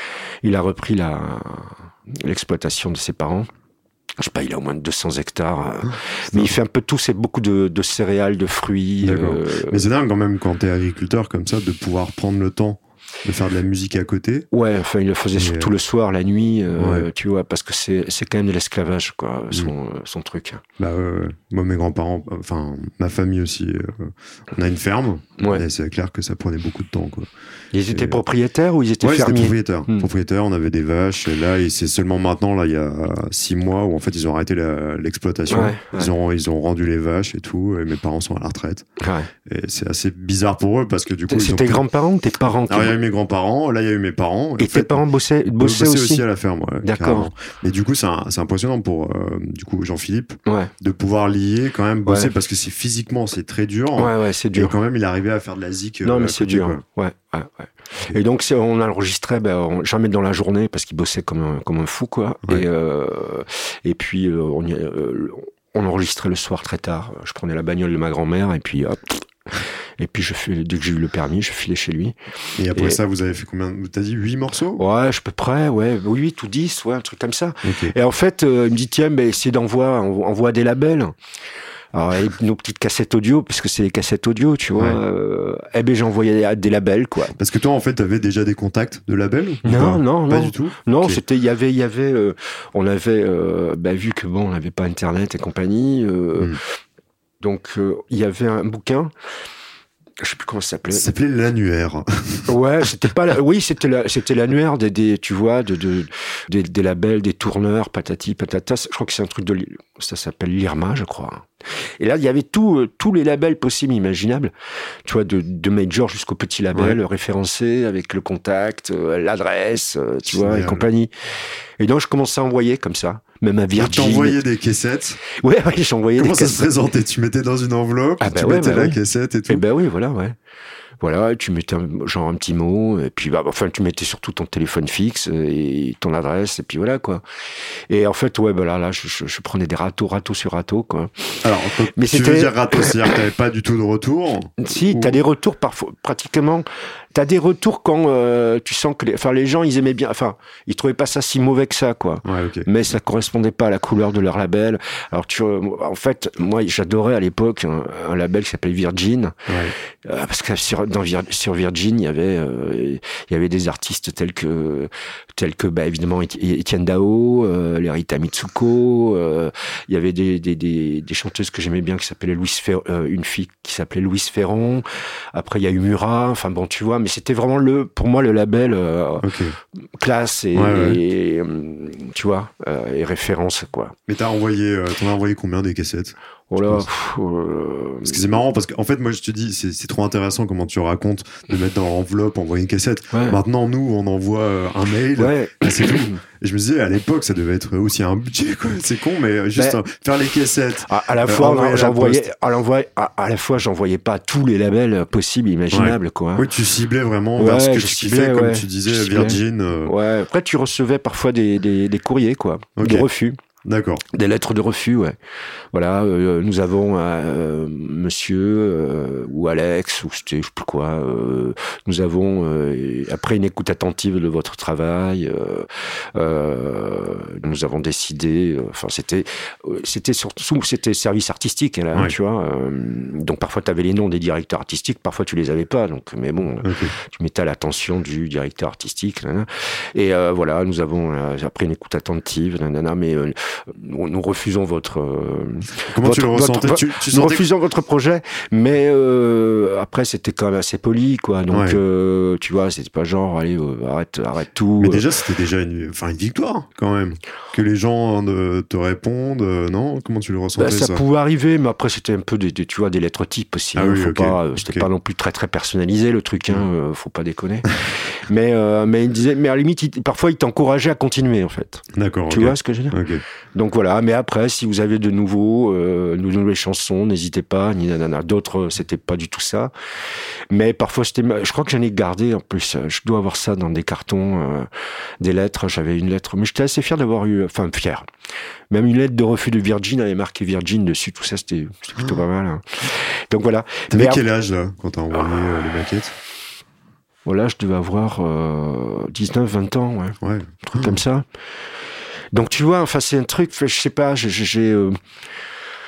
il a repris la l'exploitation de ses parents. Je sais pas, il a au moins deux cents hectares, euh, mais il fait un peu tout, c'est beaucoup de, de céréales, de fruits. D'accord. Euh... Mais c'est dingue quand même quand t'es agriculteur comme ça de pouvoir prendre le temps de faire de la musique à côté. Ouais, enfin, il le faisait et surtout euh... le soir, la nuit, euh, ouais. tu vois, parce que c'est, c'est quand même de l'esclavage, quoi, son, mmh. son truc. Bah, euh, moi, mes grands-parents, enfin, ma famille aussi, euh, on a une ferme, ouais. et c'est clair que ça prenait beaucoup de temps, quoi. Ils étaient et, propriétaires ou ils étaient ouais, fermiers? Ils étaient propriétaires. Mmh. Propriétaires, on avait des vaches, et là, et c'est seulement maintenant, là, il y a six mois, où en fait, ils ont arrêté la, l'exploitation. Ouais, ils, ouais. Ont, ils ont rendu les vaches et tout, et mes parents sont à la retraite. Ouais. Et c'est assez bizarre pour eux, parce que du coup. C'est tes plus... grands-parents ou tes parents qui... Alors, il y a eu mes grands-parents, là, il y a eu mes parents. Et, et tes fait, parents bossaient, bossaient, bossaient aussi, aussi à la ferme, ouais. D'accord. Carrément. Mais du coup, c'est, un, c'est impressionnant pour, euh, du coup, Jean-Philippe, ouais. de pouvoir lier, quand même, bosser, ouais. parce que c'est physiquement, c'est très dur. Ouais, ouais, c'est dur. Et quand même, il arrivait à faire de la zik. Non, mais c'est dur. Quoi. Ouais, ouais, ouais. Et donc, c'est, on enregistrait ben, on, jamais dans la journée parce qu'il bossait comme un, comme un fou, quoi. Ouais. Et, euh, et puis, euh, on, y, euh, on enregistrait le soir très tard. Je prenais la bagnole de ma grand-mère et puis hop. Et puis, je fais, dès que j'ai eu le permis, je filais chez lui. Et après et, ça, vous avez fait combien? T'as dit huit morceaux? Ouais, je peux près, ouais, huit ou dix, ouais, un truc comme ça. Okay. Et en fait, euh, il me dit, tiens, mais essaye d'envoyer, on envoie des labels. Alors, nos petites cassettes audio, parce que c'est les cassettes audio, tu vois. Ouais. Euh, eh ben, j'ai envoyé des, des labels, quoi. Parce que toi, en fait, t'avais déjà des contacts de labels? Non, non, pas non. du tout. Non, okay. c'était, il y avait, il y avait, euh, on avait, euh, bah, vu que bon, on n'avait pas Internet et compagnie, euh, mm. donc euh, il y avait un bouquin. Je sais plus comment ça s'appelait. Ça s'appelait l'annuaire. Ouais, c'était pas la... oui, c'était la... c'était l'annuaire des, des tu vois, de, de des, des labels, des tourneurs, patati patata. Je crois que c'est un truc de ça s'appelle l'Irma, je crois. Et là, il y avait tout, euh, tous les labels possibles, imaginables. Tu vois, de, de major jusqu'au petit label, ouais. référencé avec le contact, euh, l'adresse, euh, tu vois, et compagnie. Et donc, je commençais à envoyer comme ça. Même à Virgin. Tu envoyais des caissettes. Ouais, ouais, j'envoyais des cassettes. Comment ça se présentait? Tu mettais dans une enveloppe, ah bah tu ouais, mettais bah la ouais. cassette et tout. Et ben bah oui, voilà, ouais. Voilà, tu mettais un, genre un petit mot, et puis bah, enfin tu mettais surtout ton téléphone fixe et ton adresse, et puis voilà quoi. Et en fait, ouais, bah là, là, je, je, je prenais des râteaux, râteaux sur râteaux quoi. Alors, mais tu c'était... veux dire râteaux, c'est-à-dire que t'avais pas du tout de retour? Si, ou... t'as des retours parfois, pratiquement. T'as des retours quand euh, tu sens que les, enfin les gens ils aimaient bien, enfin ils trouvaient pas ça si mauvais que ça quoi. Ouais, okay. Mais ça correspondait pas à la couleur de leur label. Alors tu, en fait, moi j'adorais à l'époque un, un label qui s'appelait Virgin, ouais. euh, parce que sur, dans Vir, sur Virgin il y avait euh, il y avait des artistes tels que tels que bah évidemment Etienne Dao, euh, les Rita Mitsuko, euh, il y avait des des des, des chanteuses que j'aimais bien qui s'appelaient Louise Fer, euh, une fille qui s'appelait Louise Ferron. Après il y a eu Murat, enfin bon tu vois. Mais c'était vraiment le, pour moi, le label euh, okay. classe et, ouais, ouais. et tu vois, euh, et référence quoi. Mais t'as envoyé, euh, t'en as envoyé combien des cassettes? Oh là, pff, euh... Parce que c'est marrant parce qu'en fait moi je te dis c'est, c'est trop intéressant comment tu racontes de mettre dans l'enveloppe, envoyer une cassette. Ouais. Maintenant nous on envoie un mail, ouais. et c'est tout. Et je me disais à l'époque ça devait être aussi un budget quoi. C'est con mais juste ben, faire les cassettes. À, à la euh, fois non, j'envoyais, à, à, à la fois j'envoyais pas tous les labels possibles imaginables ouais. quoi. Oui tu ciblais vraiment ouais, vers ce que tu ciblais, kiffais comme ouais. tu disais Virgin. Euh... Ouais. Après tu recevais parfois des des, des courriers quoi, okay. des refus. D'accord. Des lettres de refus, ouais. Voilà, euh, nous avons euh, monsieur euh, ou Alex ou c'était je sais plus quoi. Euh, nous avons euh, après une écoute attentive de votre travail, euh, euh, nous avons décidé. Enfin, euh, c'était c'était surtout c'était service artistique là, ouais. tu vois. Euh, donc parfois tu avais les noms des directeurs artistiques, parfois tu les avais pas. Donc mais bon, okay. tu mettais à l'attention du directeur artistique. Nanana. Et euh, voilà, nous avons euh, après une écoute attentive, nanana, mais euh, nous refusons votre. Euh, Comment votre, tu le ressentais votre, tu, tu Nous refusons que... votre projet, mais euh, après c'était quand même assez poli, quoi. Donc ouais. euh, tu vois, c'était pas genre allez euh, arrête, arrête tout. Mais déjà c'était déjà une, enfin une victoire quand même que les gens euh, te répondent, euh, non? Comment tu le ressentais bah, ça, ça pouvait arriver, mais après c'était un peu des, des tu vois des lettres types aussi. Ah hein, oui, faut okay. pas, c'était okay. pas non plus très très personnalisé le truc, hein, mmh. euh, faut pas déconner. mais euh, mais il disait, mais à la limite, il, parfois il t'encourageait à continuer en fait. D'accord. Tu okay. vois ce que je veux dire? Okay. Donc voilà, mais après, si vous avez de nouveaux, euh, de nouvelles chansons, n'hésitez pas, ni nanana. D'autres, c'était pas du tout ça. Mais parfois, c'était, je crois que j'en ai gardé, en plus. Je dois avoir ça dans des cartons, euh, des lettres. J'avais une lettre, mais j'étais assez fier d'avoir eu, enfin, fier. Même une lettre de refus de Virgin, avait marqué Virgin dessus, tout ça, c'était, c'était plutôt pas mal. Hein. Donc voilà. T'avais quel âge, là, quand t'as envoyé euh, euh, les maquettes? Voilà, je devais avoir euh, dix-neuf, vingt ans, ouais. Ouais. Un truc mmh. comme ça. Donc tu vois, enfin c'est un truc, je sais pas, j'ai, j'ai euh,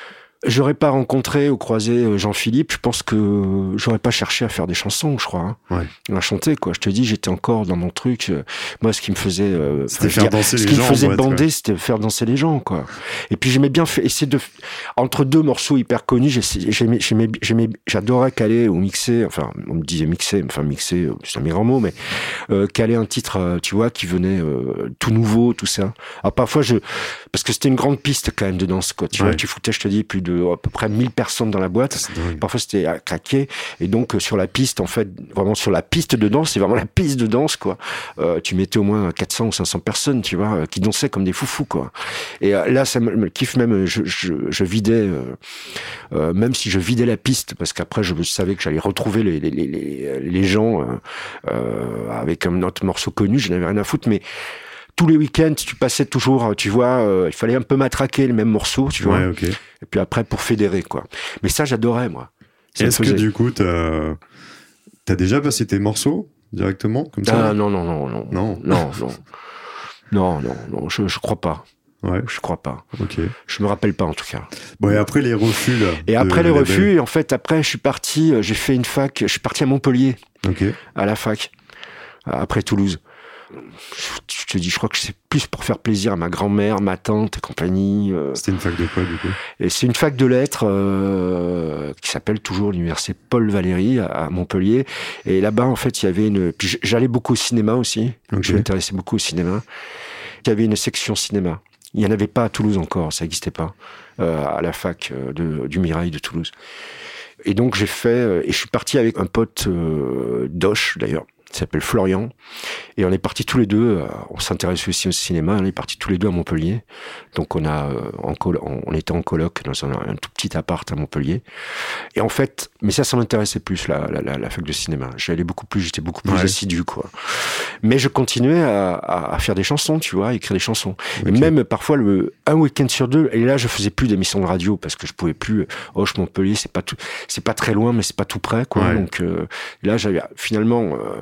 j'aurais pas rencontré ou croisé Jean-Philippe, je pense que j'aurais pas cherché à faire des chansons, je crois. Hein. Ouais. À chanter, quoi. Je te dis, j'étais encore dans mon truc. Moi, ce qui me faisait, euh, c'était faire dire, danser ce les qui gens. me faisait Ouais, bander, c'était faire danser les gens, quoi. Et puis j'aimais bien faire, essayer de, entre deux morceaux hyper connus, j'aimais, j'aimais, j'aimais, j'adorais caler ou mixer. Enfin, on me disait mixer, enfin mixer, c'est un mes grands mots, mais euh, caler un titre, euh, tu vois, qui venait euh, tout nouveau, tout ça. Alors parfois, je, parce que c'était une grande piste quand même de danse, quoi. Tu ouais. vois, tu foutais, je te dis, plus de à peu près mille personnes dans la boîte. Parfois, c'était à craquer. Et donc, euh, sur la piste, en fait, vraiment sur la piste de danse, c'est vraiment la piste de danse, quoi. Euh, tu mettais au moins quatre cents ou cinq cents personnes, tu vois, euh, qui dansaient comme des foufous, quoi. Et euh, là, ça me, me kiffe même. Je, je, je vidais, euh, euh, même si je vidais la piste, parce qu'après, je savais que j'allais retrouver les, les, les, les, les gens euh, euh, avec un autre morceau connu. Je n'avais rien à foutre, mais tous les week-ends, tu passais toujours, tu vois, euh, il fallait un peu matraquer le même morceau, tu vois. Ouais, okay. Et puis après, pour fédérer, quoi. Mais ça, j'adorais, moi. Ça Est-ce que du coup, t'as, t'as déjà passé tes morceaux directement, comme ça? Ah non, non, non, non. Non, non, non. Non, non, non, je, je crois pas. Ouais. Je crois pas. Ok. Je me rappelle pas, en tout cas. Bon, et après les refus, là. Et après les refus, et en fait, après, je suis parti, j'ai fait une fac, je suis parti à Montpellier. Ok. À la fac. Après Toulouse. Je te dis, je crois que c'est plus pour faire plaisir à ma grand-mère, ma tante et compagnie. Euh. C'était une fac de quoi, du coup? Et c'est une fac de lettres euh, qui s'appelle toujours l'université Paul Valéry à, à Montpellier. Et là-bas, en fait, il y avait une... Puis j'allais beaucoup au cinéma aussi. Okay. Je m'intéressais beaucoup au cinéma. Il y avait une section cinéma. Il n'y en avait pas à Toulouse encore, ça n'existait pas, euh, à la fac de, du Mirail de Toulouse. Et donc, j'ai fait... Et je suis parti avec un pote euh, d'Auch, d'ailleurs, qui s'appelle Florian. Et on est partis tous les deux, euh, on s'intéresse aussi au cinéma, on est partis tous les deux à Montpellier. Donc on a, euh, en colo- on était en coloc dans un, un tout petit appart à Montpellier. Et en fait, mais ça, ça m'intéressait plus, la, la, la, la fac de cinéma. J'allais beaucoup plus, j'étais beaucoup plus ouais. assidu, quoi. Mais je continuais à, à, à faire des chansons, tu vois, à écrire des chansons. Okay. Et même parfois, le, un week-end sur deux, et là, je faisais plus d'émissions de radio parce que je pouvais plus. Auch, Montpellier, c'est pas tout, c'est pas très loin, mais c'est pas tout près, quoi. Ouais. Donc euh, là, j'avais finalement... Euh,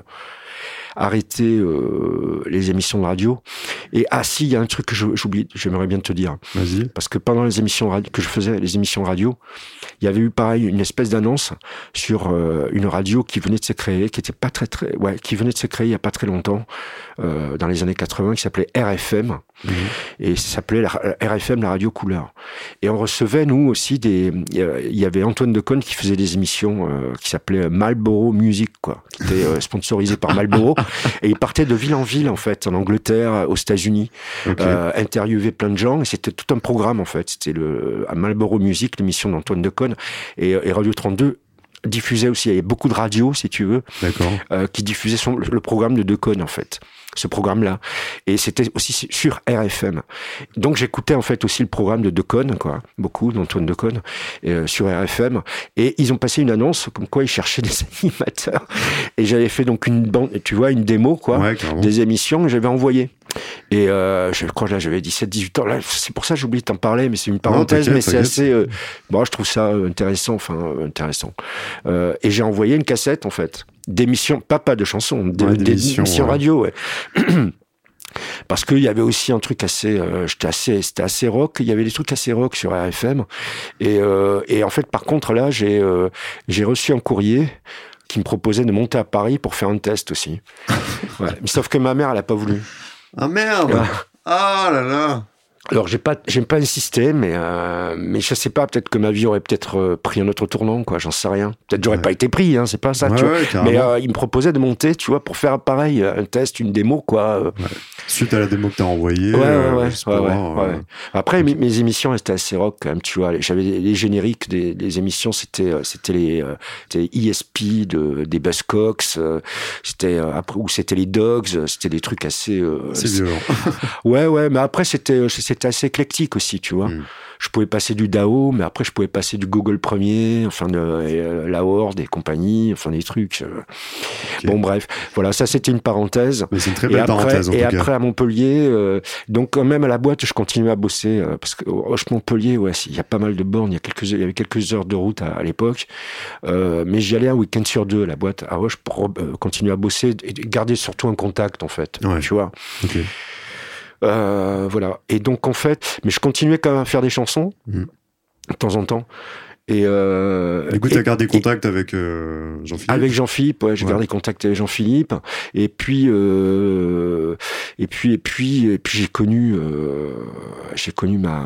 arrêter euh, les émissions de radio. Et ah si, il y a un truc que je, j'oublie, j'aimerais bien te dire. Vas-y. Parce que pendant les émissions radio, que je faisais, les émissions radio, il y avait eu pareil une espèce d'annonce sur euh, une radio qui venait de se créer, qui était pas très très, ouais, qui venait de se créer il y a pas très longtemps, euh, dans les années quatre-vingts, qui s'appelait R F M. Mmh. Et ça s'appelait la, R F M, la radio couleur. Et on recevait, nous aussi, des, il y avait Antoine Decaune qui faisait des émissions euh, qui s'appelaient Marlboro Music, quoi, qui était euh, sponsorisé par Marlboro. Et il partait de ville en ville, en fait, en Angleterre, aux États-Unis, okay. euh, interviewer plein de gens. Et c'était tout un programme, en fait. C'était le, à Marlboro Music, l'émission d'Antoine Decaune. Et, et Radio trente-deux diffusait aussi, il y avait beaucoup de radios, si tu veux, euh, qui diffusaient son, le programme de Decaune, en fait, ce programme-là. Et c'était aussi sur R F M. Donc j'écoutais en fait aussi le programme de Decaune, quoi, beaucoup, d'Antoine Decaune, euh, sur R F M. Et ils ont passé une annonce comme quoi ils cherchaient des animateurs. Et j'avais fait donc une bande, tu vois, une démo, quoi, ouais, des émissions que j'avais envoyées. Et euh, je crois que là j'avais dix-sept dix-huit ans. Là, c'est pour ça que j'ai oublié de t'en parler, mais c'est une parenthèse, non, mais c'est assez. Euh, bon, je trouve ça intéressant, enfin euh, intéressant. Euh, et j'ai envoyé une cassette en fait d'émissions, pas pas de chansons, d- ouais, d'émissions ouais. radio. Ouais. Parce qu'il y avait aussi un truc assez, euh, j'étais assez, c'était assez rock. Il y avait des trucs assez rock sur R F M. Et, euh, et en fait, par contre, là, j'ai, euh, j'ai reçu un courrier qui me proposait de monter à Paris pour faire un test aussi. Ouais. Sauf que ma mère, elle a pas voulu. Ah merde! Ah oh là là! Alors j'ai pas, j'ai pas insisté, mais euh, mais je sais pas, peut-être que ma vie aurait peut-être euh, pris un autre tournant, quoi. J'en sais rien. Peut-être j'aurais ouais. pas été pris, hein. C'est pas ça. Ouais, tu ouais, vois. Mais euh, il me proposait de monter, tu vois, pour faire pareil, un test, une démo, quoi. Ouais. Suite à la démo que t'as envoyée. Ouais, ouais, euh, ouais, ouais, voir, ouais, euh... ouais. Après, okay. mes, mes émissions, elles étaient assez rock, quand même, tu vois. J'avais les, les génériques des, des émissions, c'était, c'était les, euh, c'était E S P de, des Buzzcocks, euh, c'était euh, après ou c'était les Dogs, c'était des trucs assez. Euh, c'est violent. ouais, ouais, mais après c'était, c'était assez éclectique aussi, tu vois. Mm. Je pouvais passer du D A O, mais après je pouvais passer du Google Premier, enfin de euh, la Horde et compagnie, enfin des trucs. Euh... Okay. Bon bref, voilà, ça c'était une parenthèse. Mais c'est une très belle et après, parenthèse en et tout après cas. À Montpellier, euh, donc quand même à la boîte, je continuais à bosser euh, parce que Auch Montpellier, ouais, il y a pas mal de bornes, il y a quelques, il y avait quelques heures de route à, à l'époque, euh, mais j'y allais un week-end sur deux à la boîte à Auch pour euh, continuer à bosser et garder surtout un contact en fait, ouais. tu vois. Okay. Euh, voilà. Et donc, en fait, mais je continuais quand même à faire des chansons. Mmh. de temps en temps. Et euh, du coup, tu as gardé contact avec euh, Jean-Philippe. Avec Jean-Philippe, ouais, j'ai ouais. gardé contact avec Jean-Philippe. Et puis, euh, et puis, et puis, et puis, j'ai connu, euh, j'ai connu ma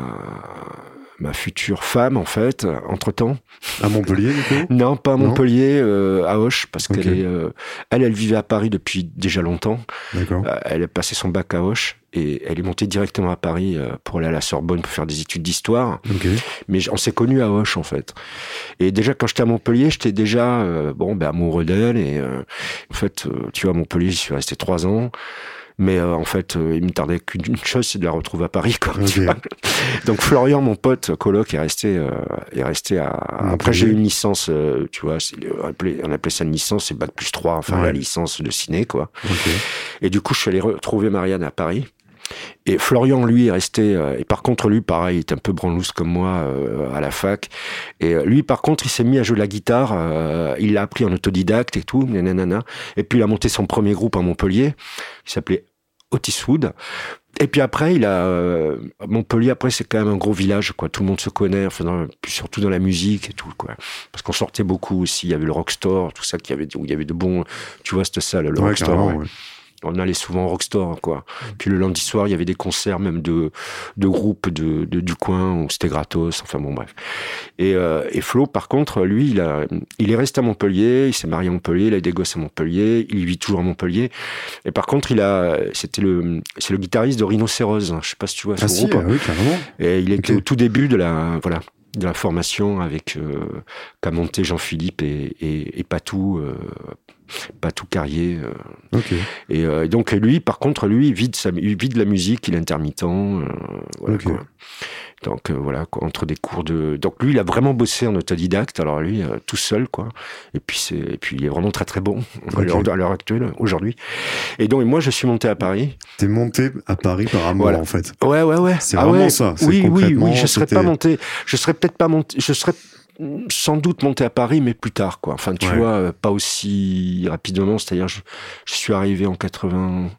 ma future femme en fait. Entre temps. À Montpellier, du coup. Non, pas à Montpellier, euh, à Auch, parce okay. qu'elle est, euh, elle, elle vivait à Paris depuis déjà longtemps. D'accord. Euh, elle a passé son bac à Auch. Et elle est montée directement à Paris pour aller à la Sorbonne pour faire des études d'histoire. Okay. Mais on s'est connus à Auch, en fait. Et déjà, quand j'étais à Montpellier, j'étais déjà euh, bon, ben, amoureux d'elle. Et euh, en fait, euh, tu vois, à Montpellier, j'y suis resté trois ans. Mais euh, en fait, euh, il me tardait qu'une chose, c'est de la retrouver à Paris, quoi. Okay. Tu vois. Donc Florian, mon pote coloc, est resté, euh, est resté à. Montpellier. Après, j'ai eu une licence, euh, tu vois, c'est, on, appelait, on appelait ça une licence, c'est bac plus trois, enfin ouais. la licence de ciné, quoi. Okay. Et du coup, je suis allé retrouver Marianne à Paris. Et Florian, lui, est resté... Euh, et par contre, lui, pareil, il était un peu branlousse comme moi euh, à la fac. Et euh, lui, par contre, il s'est mis à jouer de la guitare. Euh, il l'a appris en autodidacte et tout, nanana. Et puis, il a monté son premier groupe à Montpellier, qui s'appelait Otis Wood. Et puis après, il a... Euh, Montpellier, après, c'est quand même un gros village, quoi. Tout le monde se connaît, enfin, dans, surtout dans la musique et tout, quoi. Parce qu'on sortait beaucoup aussi. Il y avait le Rockstore, tout ça, qui avait, où il y avait de bons... Tu vois, c'était ça, le ouais, Rockstore. Ouais. Ouais. On allait souvent au Rockstore, quoi. Puis le lundi soir, il y avait des concerts même de, de groupes de, de, du coin où c'était gratos. Enfin bon, bref. Et, euh, et Flo, par contre, lui, il, a, il est resté à Montpellier, il s'est marié à Montpellier, il a des gosses à Montpellier, il vit toujours à Montpellier. Et par contre, il a, c'était le, c'est le guitariste de Rhinocéros. Je sais pas si tu vois ce ah groupe. Si, ah oui, carrément. Et il était okay. au tout début de la, voilà, de la formation avec, euh, qu'a monté Jean-Philippe et, et, et Patou, euh, Patou Carrier. Euh. Okay. Et, euh, et donc lui, par contre, lui, il vit de, sa, il vit de la musique, il est intermittent. Euh, voilà, okay. quoi. Donc euh, voilà, quoi, entre des cours de... Donc lui, il a vraiment bossé en autodidacte, alors lui, euh, tout seul, quoi. Et puis, c'est... et puis il est vraiment très très bon, okay. à, l'heure, à l'heure actuelle, aujourd'hui. Et donc moi, je suis monté à Paris. T'es monté à Paris par amour, voilà. En fait. Ouais, ouais, ouais. C'est ah, vraiment ouais. ça. C'est oui, oui, oui, je serais c'était... pas monté... Je serais peut-être pas monté... Je serais... sans doute monté à Paris, mais plus tard, quoi. Enfin, tu ouais. vois, euh, pas aussi rapidement. C'est-à-dire, je, je suis arrivé en quatre-vingts...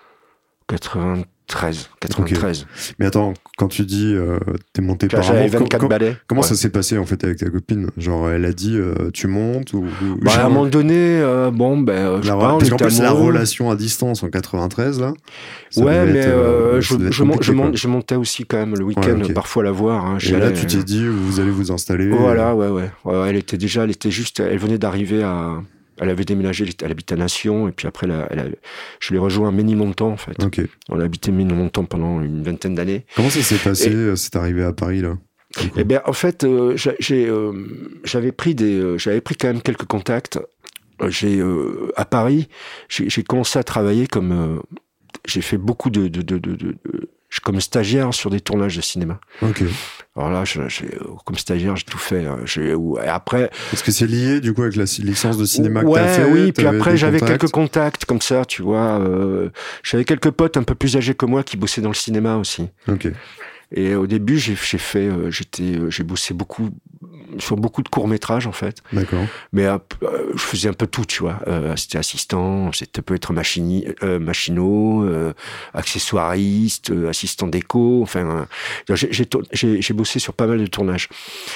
quatre-vingt-treize. quatre-vingt-treize. Okay. Mais attends, quand tu dis euh, t'es monté Là, par amour, vingt-quatre com- balais. comment ouais. ça s'est passé en fait avec ta copine? Genre, elle a dit euh, tu montes ou, ou bah, genre... à un moment donné, euh, bon, ben, euh, je la, sais pas, parce qu'en plus, amoureux. la relation à distance en quatre-vingt-treize, là. Ouais, mais être, euh, je, je, mon, je, mon, je montais aussi quand même le week-end, ouais, okay. parfois la voir. Hein, et là, tu t'es dit, vous allez vous installer. Voilà, ouais, ouais, ouais. Elle était déjà, elle était juste, elle venait d'arriver à. Elle avait déménagé, elle habitait à Nation, et puis après, elle a, elle a, je l'ai rejoint à Ménilmontant, en fait. Okay. On a habité Ménilmontant pendant une vingtaine d'années. Comment ça s'est passé, et, c'est arrivé à Paris, là? Eh bien, en fait, euh, j'ai, euh, j'avais pris des, euh, j'avais pris quand même quelques contacts. J'ai, euh, à Paris, j'ai, j'ai commencé à travailler comme, euh, j'ai fait beaucoup de, de, de, de, de, de comme stagiaire sur des tournages de cinéma. Ok. Alors là, je, j'ai, comme stagiaire, j'ai tout fait. J'ai, et après. Est-ce que c'est lié du coup avec la licence de cinéma ouais, que t'as fait? Oui, puis après j'avais contacts? quelques contacts comme ça, tu vois. Euh, j'avais quelques potes un peu plus âgés que moi qui bossaient dans le cinéma aussi. Ok. Et au début, j'ai, j'ai fait, euh, j'étais, euh, j'ai bossé beaucoup sur beaucoup de courts métrages en fait. D'accord. Mais euh, je faisais un peu tout, tu vois. Euh, c'était assistant, c'était peut être machini, euh, machinot, euh, accessoiriste, euh, assistant déco. Enfin, euh, j'ai, j'ai, j'ai, j'ai bossé sur pas mal de tournages.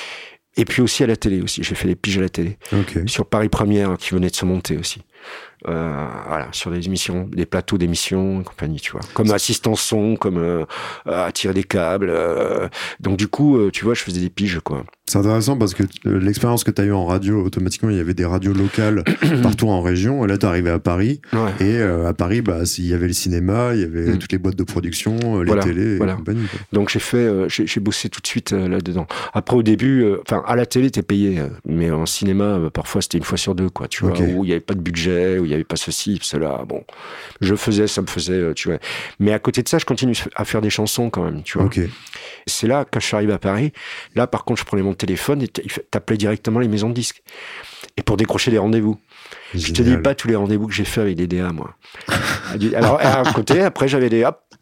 Et puis aussi à la télé aussi. J'ai fait des piges à la télé. Okay. Sur Paris Première qui venait de se monter aussi. Euh, voilà, sur des émissions, des plateaux d'émissions et compagnie, tu vois. Comme assistant son, comme euh, à tirer des câbles. Euh, donc du coup, euh, tu vois, je faisais des piges, quoi. C'est intéressant parce que l'expérience que tu as eue en radio, automatiquement, il y avait des radios locales partout en région. Et là, tu es arrivé à Paris. Ouais. Et euh, à Paris, bah, il y avait le cinéma, il y avait mm. toutes les boîtes de production, les voilà, télés voilà. et compagnie. Quoi. Donc j'ai fait, euh, j'ai, j'ai bossé tout de suite euh, là-dedans. Après, au début, enfin, euh, à la télé, t'es payé. Euh, mais en cinéma, euh, parfois, c'était une fois sur deux, quoi. Tu vois, okay. Où il n'y avait pas de budget, où il n'y avait pas ceci, cela. Bon, je faisais, ça me faisait, euh, tu vois. Mais à côté de ça, je continue à faire des chansons quand même, tu vois. Okay. C'est là, quand je suis arrivé à Paris, là, par contre, je prenais mon téléphone et t'appelais directement les maisons de disques. Et pour décrocher des rendez-vous. Génial. Je te dis pas tous les rendez-vous que j'ai fait avec des D A, moi. Alors, à un côté, après, j'avais des, hop,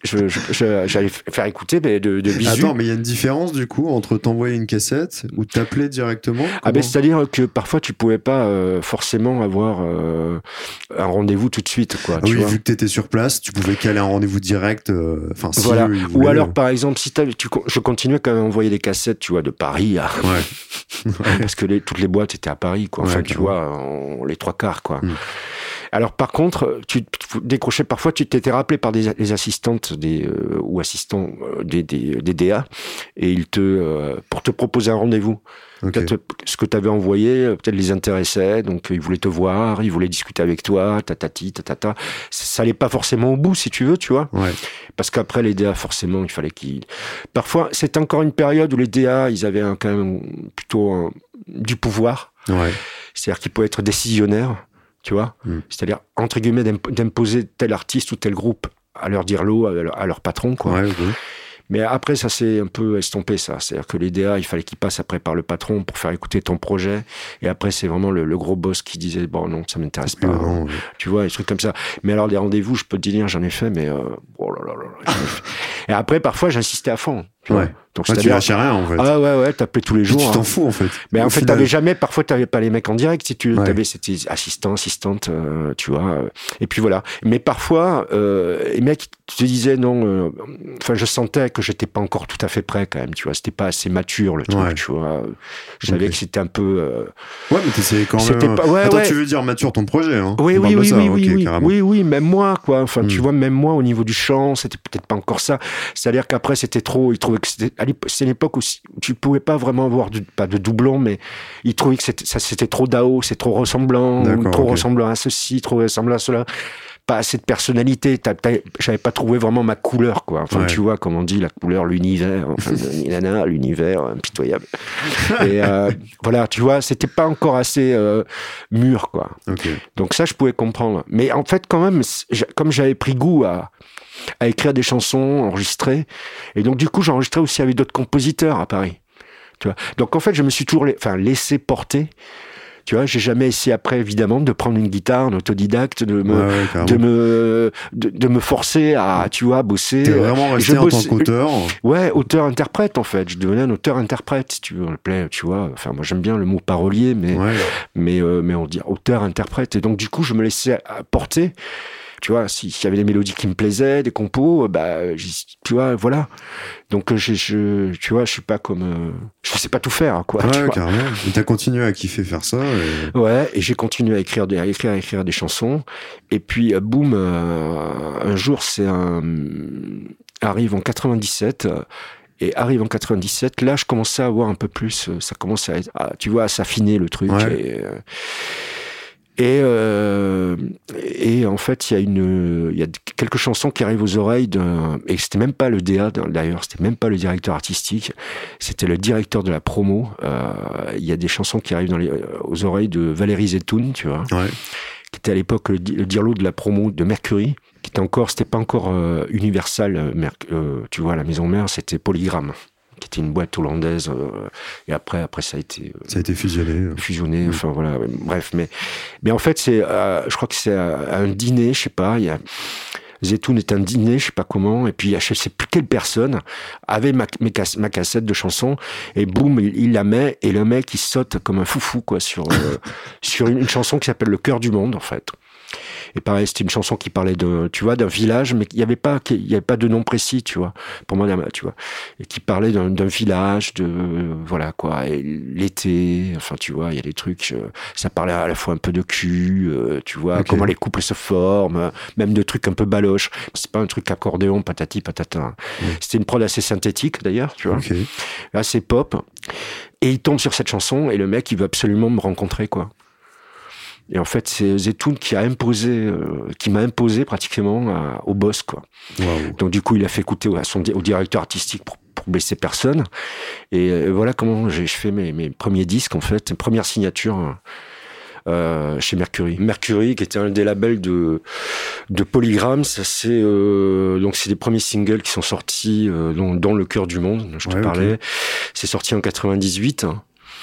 je, je, je, j'allais faire écouter mais de, de visu. Attends, mais il y a une différence du coup entre t'envoyer une cassette ou t'appeler directement. Comment... Ah ben c'est-à-dire que parfois tu pouvais pas euh, forcément avoir euh, un rendez-vous tout de suite, quoi. Ah tu oui, vois. Vu que t'étais sur place, tu pouvais caler un rendez-vous direct. Enfin, euh, si voilà. Voulaient, ou alors par exemple, si tu, je continuais quand même à envoyer des cassettes, tu vois, de Paris à. Ouais. Parce que les, toutes les boîtes étaient à Paris, quoi. Enfin, ouais, tu vois, en, les trois quarts, quoi. Mm. Alors par contre, tu décrochais parfois, tu t'étais rappelé par des les assistantes des euh, ou assistants euh, des, des des D A et ils te euh, pour te proposer un rendez-vous. Okay. Peut-être ce que tu avais envoyé, peut-être les intéressait, donc ils voulaient te voir, ils voulaient discuter avec toi, tatati, tatata. Ça allait pas forcément au bout, si tu veux, tu vois. Ouais. Parce qu'après les D A, forcément, il fallait qu'ils. Parfois, c'était encore une période où les D A, ils avaient un, quand même plutôt un, du pouvoir. Ouais. C'est-à-dire qu'ils pouvaient être décisionnaires. Tu vois, mm. c'est-à-dire entre guillemets d'imposer tel artiste ou tel groupe à leur dire l'eau, à leur, à leur patron, quoi. Ouais, ouais. Mais après, ça s'est un peu estompé, ça. C'est-à-dire que les D A, il fallait qu'ils passent après par le patron pour faire écouter ton projet. Et après, c'est vraiment le, le gros boss qui disait, bon, non, ça m'intéresse pas. Non, ouais. Tu vois, des trucs comme ça. Mais alors, des rendez-vous, je peux te dire, j'en ai fait, mais, euh, oh là là là. Et après, parfois, j'insistais à fond. Tu ouais. vois. Donc, ouais, tu lâchais rien, en fait. Ah ouais, ouais, t'appelais tous les jours. Et tu t'en hein. fous, en fait. Mais Au en fait, final. t'avais jamais, parfois, t'avais pas les mecs en direct, si tu ouais. t'avais, c'était assistant, assistante, euh, tu vois. Euh, et puis voilà. Mais parfois, euh, les mecs te disaient non, enfin, euh, je sentais que j'étais pas encore tout à fait prêt, quand même, tu vois. C'était pas assez mature, le truc, ouais. tu vois. Je savais okay. que c'était un peu, euh... ouais, mais t'essayais quand même. C'était pas, ouais, Attends, ouais. tu veux dire mature ton projet, hein. Oui, oui, oui, ça. oui, okay, oui, carrément. oui, oui, même moi, quoi. Enfin, mm. tu vois, même moi, au niveau du chant, c'était peut-être pas encore ça. C'est-à-dire qu'après, c'était trop, ils trouvaient que c'était, c'est l'époque où tu pouvais pas vraiment avoir de, pas de doublons, mais ils trouvaient que c'était, ça, c'était trop dao, c'est trop ressemblant, ou trop okay. ressemblant à ceci, trop ressemblant à cela. Pas assez de personnalité. T'as, t'as, j'avais pas trouvé vraiment ma couleur, quoi. Enfin, ouais. tu vois, comme on dit, la couleur, l'univers, enfin, nana, l'univers, impitoyable. Et euh, voilà, tu vois, c'était pas encore assez euh, mûr, quoi. Okay. Donc ça, je pouvais comprendre. Mais en fait, quand même, comme j'avais pris goût à à écrire des chansons, enregistrer, et donc du coup, j'enregistrais aussi avec d'autres compositeurs à Paris. Tu vois. Donc en fait, je me suis toujours, enfin, laissé porter. Tu vois, j'ai jamais essayé après, évidemment, de prendre une guitare, un autodidacte, de me, ouais, ouais, de me, de, de me forcer à, tu vois, bosser. T'es vraiment resté je en bosse... tant qu'auteur. Ouais, auteur-interprète, en fait. Je devenais un auteur-interprète, si tu veux, le plaît, tu vois. Enfin, moi, j'aime bien le mot parolier, mais, ouais. mais, euh, mais on dit auteur-interprète. Et donc, du coup, je me laissais porter. Tu vois, s'il y avait des mélodies qui me plaisaient, des compos, bah, tu vois, voilà. Donc, je, je, tu vois, je suis pas comme, euh, je sais pas tout faire, quoi. Ouais, tu vois. carrément. Et t'as continué à kiffer faire ça. Et... Ouais, et j'ai continué à écrire, à écrire, à écrire des chansons. Et puis, euh, boum, euh, un jour, c'est un, arrive en quatre-vingt-dix-sept. Euh, Et arrive en quatre-vingt-dix-sept, là, je commençais à avoir un peu plus, ça commence à, à tu vois, à s'affiner le truc. Ouais. Et, euh, Et, euh, et en fait, il y a une, il y a quelques chansons qui arrivent aux oreilles d'un, et c'était même pas le D A d'ailleurs, c'était même pas le directeur artistique, c'était le directeur de la promo. Euh, il y a des chansons qui arrivent dans les, aux oreilles de Valérie Zetoun, tu vois, ouais. qui était à l'époque le, le dirlo de la promo de Mercury, qui était encore, c'était pas encore euh, Universal, euh, tu vois, la maison mère, c'était Polygram, qui était une boîte hollandaise, euh, et après, après ça a été... Euh, ça a été fusionné. Fusionné, mmh. enfin voilà, bref. Mais, mais en fait, c'est, euh, je crois que c'est à un dîner, je sais pas, il y a... Zetoun est un dîner, je sais pas comment, et puis je sais plus quelle personne avait ma, cass- ma cassette de chansons, et boum, il, il la met, et le mec, il saute comme un foufou, quoi, sur, euh, sur une, une chanson qui s'appelle Le Cœur du Monde, en fait. Et pareil, c'était une chanson qui parlait de, tu vois, d'un village, mais il n'y avait pas, il y avait pas de nom précis, tu vois, pour moi, tu vois, et qui parlait d'un, d'un village, de, voilà, quoi, et l'été, enfin, tu vois, il y a des trucs, ça parlait à la fois un peu de cul, euh, tu vois, okay. comment les couples se forment, même de trucs un peu baloches. C'est pas un truc accordéon, patati, patata. Mm. C'était une prod assez synthétique, d'ailleurs, tu vois, okay. assez pop. Et il tombe sur cette chanson, et le mec, il veut absolument me rencontrer, quoi. Et en fait, c'est Zetoun qui a imposé, euh, qui m'a imposé pratiquement à, au boss, quoi. Wow. Donc du coup, il a fait écouter à son, au directeur artistique pour, pour blesser personne. Et euh, voilà comment j'ai fait mes, mes premiers disques, en fait, mes premières signatures euh, chez Mercury. Mercury, qui était un des labels de de Polygram, ça c'est euh, donc c'est les premiers singles qui sont sortis euh, dans, dans Le Cœur du Monde, dont je te ouais, parlais. Okay. C'est sorti en quatre-vingt-dix-huit.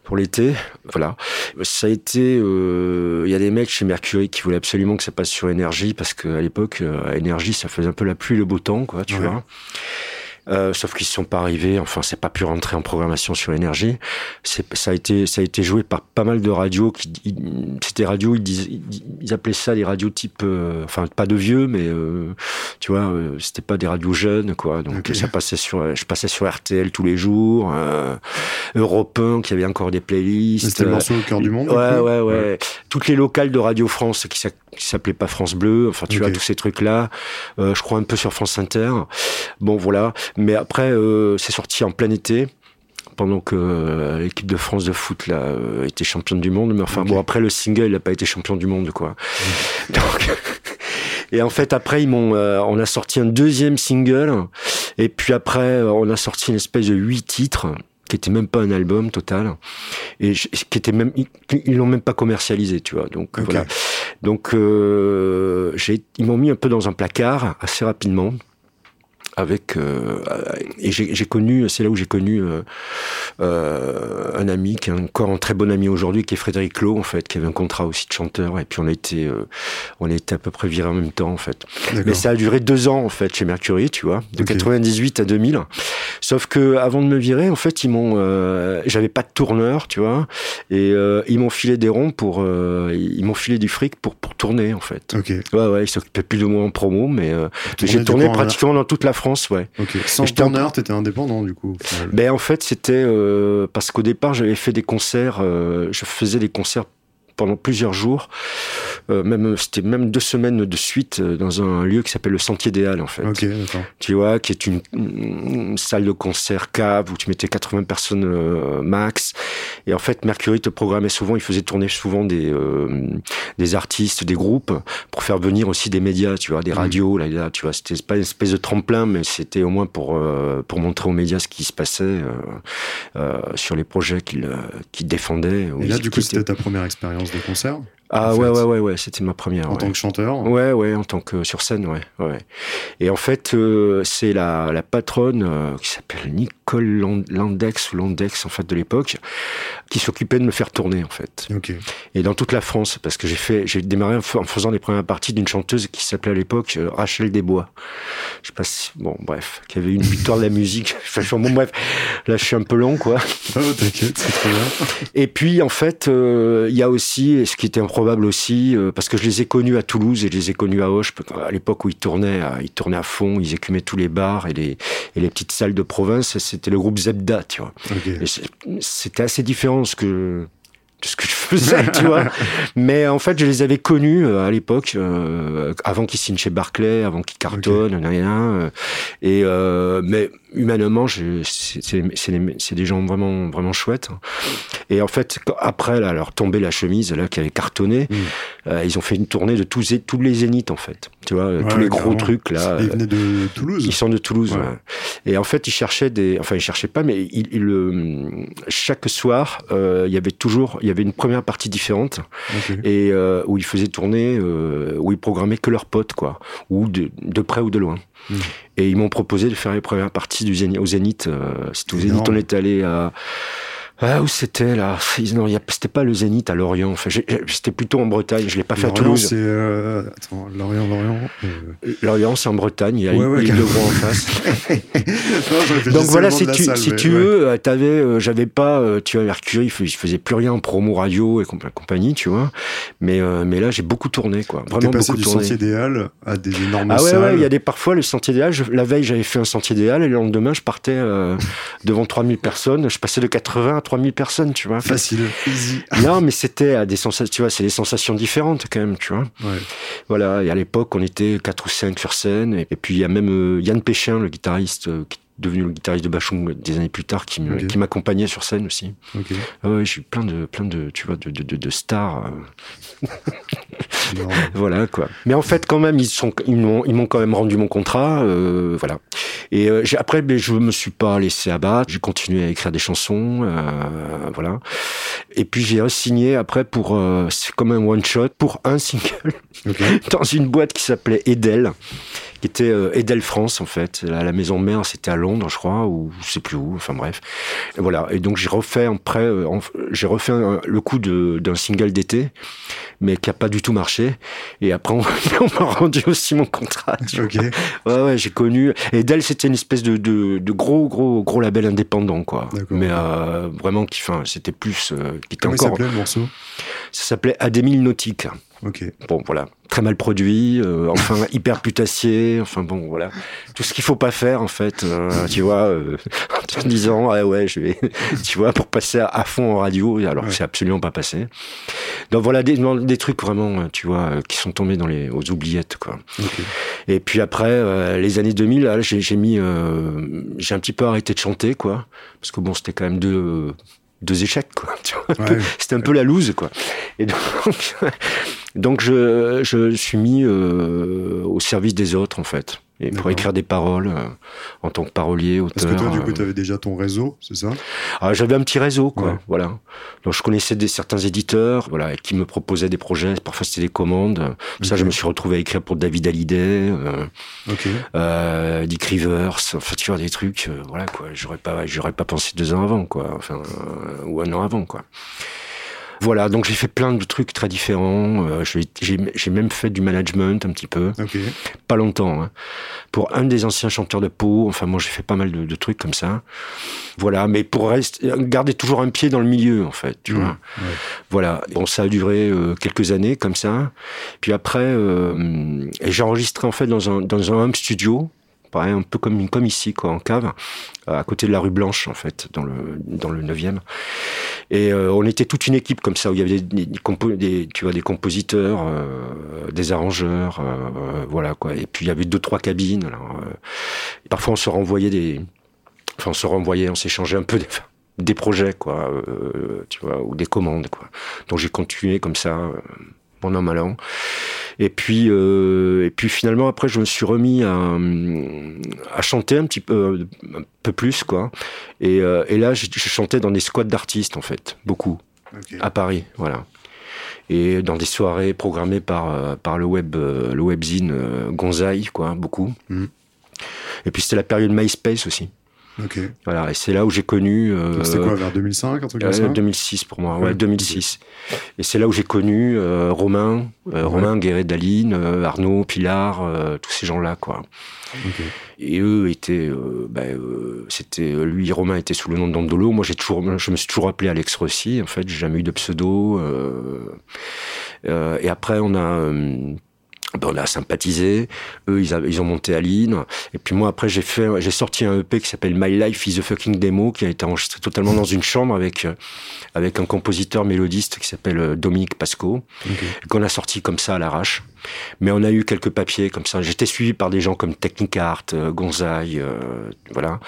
pour l'été, voilà. Ça a été, il euh, y a des mecs chez Mercury qui voulaient absolument que ça passe sur Énergie parce qu'à l'époque, euh, Énergie, ça faisait un peu la pluie et le beau temps, quoi, tu ouais. vois. Euh, sauf qu'ils ne sont pas arrivés, enfin, c'est pas pu rentrer en programmation sur Énergie. C'est, ça a été, ça a été joué par pas mal de radios qui, ils, c'était radios, ils, disaient, ils, ils appelaient ça des radios type, euh, enfin, pas de vieux, mais, euh, tu vois, euh, c'était pas des radios jeunes, quoi. Donc, okay. ça passait sur, je passais sur R T L tous les jours, euh, Europe un, qui avait encore des playlists. C'était le morceau au cœur du monde. Ouais, ouais, ouais, ouais. Toutes les locales de Radio France qui, qui s'appelaient pas France Bleu, enfin, tu okay. vois, tous ces trucs-là. Euh, je crois un peu sur France Inter. Bon, voilà. Mais après, euh, c'est sorti en plein été, pendant que euh, l'équipe de France de foot là euh, était championne du monde. Mais enfin, okay. bon, après le single, il n'a pas été champion du monde, quoi. Mmh. Donc, et en fait, après, ils m'ont, euh, on a sorti un deuxième single. Et puis après, on a sorti une espèce de huit titres, qui était même pas un album total, et je, qui était même, ils, ils l'ont même pas commercialisé, tu vois. Donc okay. voilà. Donc, euh, j'ai, ils m'ont mis un peu dans un placard assez rapidement. Avec euh, et j'ai, j'ai connu, c'est là où j'ai connu euh, euh, un ami qui est encore un très bon ami aujourd'hui, qui est Frédéric Lowe, en fait, qui avait un contrat aussi de chanteur, et puis on a été euh, on a été à peu près virés en même temps, en fait. D'accord. Mais ça a duré deux ans, en fait, chez Mercury, tu vois, de okay. quatre-vingt-dix-huit à deux mille. Sauf que avant de me virer, en fait, ils m'ont, euh, j'avais pas de tourneur, tu vois, et euh, ils m'ont filé des ronds pour, euh, ils m'ont filé du fric pour pour tourner, en fait. Okay. Ouais, ouais, ils s'occupaient plus de moi en promo, mais, euh, mais j'ai tourné pratiquement dans toute la France. Ouais. Ok. Sans tourneur, t'étais indépendant du coup. Ben en fait, c'était euh, parce qu'au départ, j'avais fait des concerts. Euh, je faisais des concerts pendant plusieurs jours, euh, même c'était même deux semaines de suite euh, dans un lieu qui s'appelle le Sentier des Halles, en fait. Ok, d'accord. Tu vois, qui est une, une salle de concert cave où tu mettais quatre-vingts personnes euh, max. Et en fait, Mercury te programmait souvent, il faisait tourner souvent des euh, des artistes, des groupes, pour faire venir aussi des médias, tu vois, des radios. Mmh. Là, là, tu vois, c'était pas une espèce de tremplin, mais c'était au moins pour euh, pour montrer aux médias ce qui se passait euh, euh, sur les projets qu'ils qu'ils défendaient. Et là, du coup, c'était ta première expérience de concert? Ah ouais, ouais, ouais, ouais, c'était ma première. En ouais. tant que chanteur? Ouais, ouais, en tant que sur scène, ouais, ouais. Et en fait, euh, c'est la, la patronne euh, qui s'appelle Nicole Landex ou Landex en fait de l'époque, qui s'occupait de me faire tourner en fait. Okay. Et dans toute la France, parce que j'ai fait, j'ai démarré en faisant les premières parties d'une chanteuse qui s'appelait à l'époque euh, Rachel Desbois. Je sais pas si, bon, bref, qui avait eu une victoire de la musique. Enfin, bon, bref, là je suis un peu long, quoi. Oh, t'inquiète, c'est très bien. Et puis en fait, il euh, y a aussi, ce qui était probable aussi, euh, parce que je les ai connus à Toulouse et je les ai connus à Auch, à l'époque où ils tournaient, à, ils tournaient à fond, ils écumaient tous les bars et les, et les petites salles de province, c'était le groupe Zebda, tu vois. Okay. Et c'était assez différent ce que, de ce que je faisais, tu vois. Mais en fait, je les avais connus euh, à l'époque, euh, avant qu'ils signent chez Barclay, avant qu'ils cartonnent, okay. rien. Euh, et euh, mais humainement, je, c'est, c'est, c'est, des, c'est des gens vraiment, vraiment chouettes. Et en fait, après là, leur tomber la chemise là qui avait cartonné, mmh. euh, ils ont fait une tournée de tous, tous les zéniths en fait. Tu vois, ouais, tous les gros carrément. Trucs là. Ils venaient de Toulouse. Ils sont de Toulouse. Ouais. Ouais. Et en fait, ils cherchaient des, enfin, ils cherchaient pas, mais ils, ils, le, chaque soir, euh, il y avait toujours, il y avait une première partie différente, okay. et euh, où ils faisaient tourner, euh, où ils programmaient que leurs potes, quoi, ou de, de près ou de loin. Mmh. Et ils m'ont proposé de faire les premières parties du Zénith, au Zénith. Euh, c'était au Zénith, on est allé à... Ah, où c'était, là? Non, y a, c'était pas le Zénith à Lorient. Enfin, j'ai, c'était plutôt en Bretagne. Je l'ai pas fait Lorient, à Toulouse. C'est, euh... Attends, Lorient, Lorient. Euh... Lorient, c'est en Bretagne. Il y a ouais, ouais, l'île de Gros en face. Non, donc voilà, si tu, salle, si tu ouais. veux, t'avais, euh, j'avais pas, euh, tu vois, Mercury, je faisais plus rien en promo radio et compagnie, tu vois. Mais, euh, mais là, j'ai beaucoup tourné, quoi. Vraiment T'es passé beaucoup du tourné. Sentier des Halles à des énormes ah ouais, salles. Ah ouais, il y a des, parfois, le Sentier des Halles, je, la veille, j'avais fait un Sentier des Halles et le lendemain, je partais euh, devant trois mille personnes. Je passais de quatre-vingts à trois mille personnes, tu vois. Facile, easy. Non, mais c'était à des sensations, tu vois, c'est des sensations différentes quand même, tu vois. Ouais. Voilà, et à l'époque, on était quatre ou cinq sur scène, et, et puis il y a même euh, Yann Péchin, le guitariste, euh, qui est devenu le guitariste de Bachung des années plus tard, qui, me, okay. qui m'accompagnait sur scène aussi. Okay. Ah ouais, j'ai eu plein de, plein de, tu vois, de, de, de, de stars. Euh... voilà, quoi. Mais en fait, quand même, ils sont, ils m'ont, ils m'ont quand même rendu mon contrat, euh, voilà. Et euh, j'ai, après, ben, je me suis pas laissé abattre. J'ai continué à écrire des chansons, euh, voilà. Et puis j'ai re-signé après pour, euh, c'est comme un one shot pour un single okay. dans une boîte qui s'appelait Edel, qui était euh, Edel France en fait. La, la maison mère, c'était à Londres, je crois, ou je sais plus où. Enfin bref. Et voilà. Et donc j'ai refait après, euh, en, j'ai refait un, le coup de, d'un single d'été, mais qui a pas du tout marché. Et après, on, on m'a rendu aussi mon contrat. Ok. Ouais, ouais, j'ai connu. Et Edel, c'était une espèce de, de, de gros, gros, gros label indépendant, quoi. D'accord. Mais euh, vraiment, qui, enfin, c'était plus. Euh, qui était Comment encore. il s'appelait le morceau? Ça s'appelait Adémile Nautique. Ok. Bon, voilà. Très mal produit, euh, enfin, hyper putassier, enfin bon, voilà. Tout ce qu'il faut pas faire, en fait, euh, tu vois, euh, en te disant, ah ouais, je vais, tu vois, pour passer à, à fond en radio, alors que Ouais. c'est absolument pas passé. Donc voilà, des, des trucs vraiment, tu vois, qui sont tombés dans les, aux oubliettes, quoi. Ok. Et puis après, euh, les années deux mille, là, j'ai, j'ai mis, euh, j'ai un petit peu arrêté de chanter, quoi. Parce que bon, c'était quand même deux, deux échecs, quoi. Tu vois, Ouais. c'était un peu la loose, quoi. Et donc, donc je, je suis mis euh, au service des autres, en fait. Et pour D'accord. écrire des paroles, euh, en tant que parolier, auteur. Parce que toi, du coup, euh, tu avais déjà ton réseau, c'est ça? ah, j'avais un petit réseau, quoi. Ouais. Voilà. Donc je connaissais des, certains éditeurs, voilà, qui me proposaient des projets. Parfois c'était des commandes. Ça, Ok. je me suis retrouvé à écrire pour David Hallyday, euh, Ok. euh, Dick Rivers. Enfin, tu vois, des trucs, euh, voilà, quoi. J'aurais pas, j'aurais pas pensé deux ans avant, quoi. Enfin, euh, ou un an avant, quoi. Voilà, donc j'ai fait plein de trucs très différents. Euh, j'ai, j'ai, j'ai même fait du management un petit peu, Ok. pas longtemps. Hein. Pour un des anciens chanteurs de Pau, enfin moi j'ai fait pas mal de, de trucs comme ça. Voilà, mais pour rester, garder toujours un pied dans le milieu en fait, tu Mmh. vois. Ouais. Voilà, bon ça a duré euh, quelques années comme ça. Puis après, euh, et j'ai enregistré en fait dans un dans un home studio. Pareil, un peu comme, comme ici, quoi, en cave, à côté de la rue Blanche, en fait, dans le, dans le neuvième. Et euh, on était toute une équipe comme ça, où il y avait des, des, compo- des, tu vois, des compositeurs, euh, des arrangeurs, euh, voilà, quoi. Et puis il y avait deux, trois cabines. Alors, euh, et parfois, on se renvoyait des... Enfin, on se renvoyait, on s'échangeait un peu des, des projets, quoi, euh, tu vois, ou des commandes, quoi. Donc j'ai continué comme ça, euh, bon an, mal an. Et puis, euh, et puis finalement, après, je me suis remis à, à chanter un petit peu, un peu plus, quoi. Et, euh, et là, je, je chantais dans des squats d'artistes, en fait, beaucoup, Ok. à Paris, voilà. Et dans des soirées programmées par, euh, par le web, euh, le webzine euh, Gonzaï, quoi, beaucoup. Mm. Et puis c'était la période MySpace aussi. Ok. Voilà, et c'est là où j'ai connu. Euh, Donc c'était quoi, vers deux mille cinq, un truc comme euh, ça? deux mille six pour moi, ouais, Ouais, deux mille six. Et c'est là où j'ai connu euh, Romain, euh, Ouais. Romain Guéret-Daline, euh, Arnaud, Pilar, euh, tous ces gens-là, quoi. Ok. Et eux étaient, euh, ben, euh, c'était lui, Romain était sous le nom de Dandolo. Moi, j'ai toujours, je me suis toujours appelé Alex Rossi. En fait, j'ai jamais eu de pseudo. Euh, euh, et après, on a euh, ben, on a sympathisé. Eux, ils, avaient, ils ont monté à Lille. Et puis moi, après, j'ai fait, j'ai sorti un E P qui s'appelle My Life is a Fucking Demo, qui a été enregistré totalement dans une chambre avec euh, avec un compositeur mélodiste qui s'appelle euh, Dominique Pasco, Ok. qu'on a sorti comme ça à l'arrache. Mais on a eu quelques papiers comme ça. J'étais suivi par des gens comme Technicart, euh, Gonzaï, euh, voilà.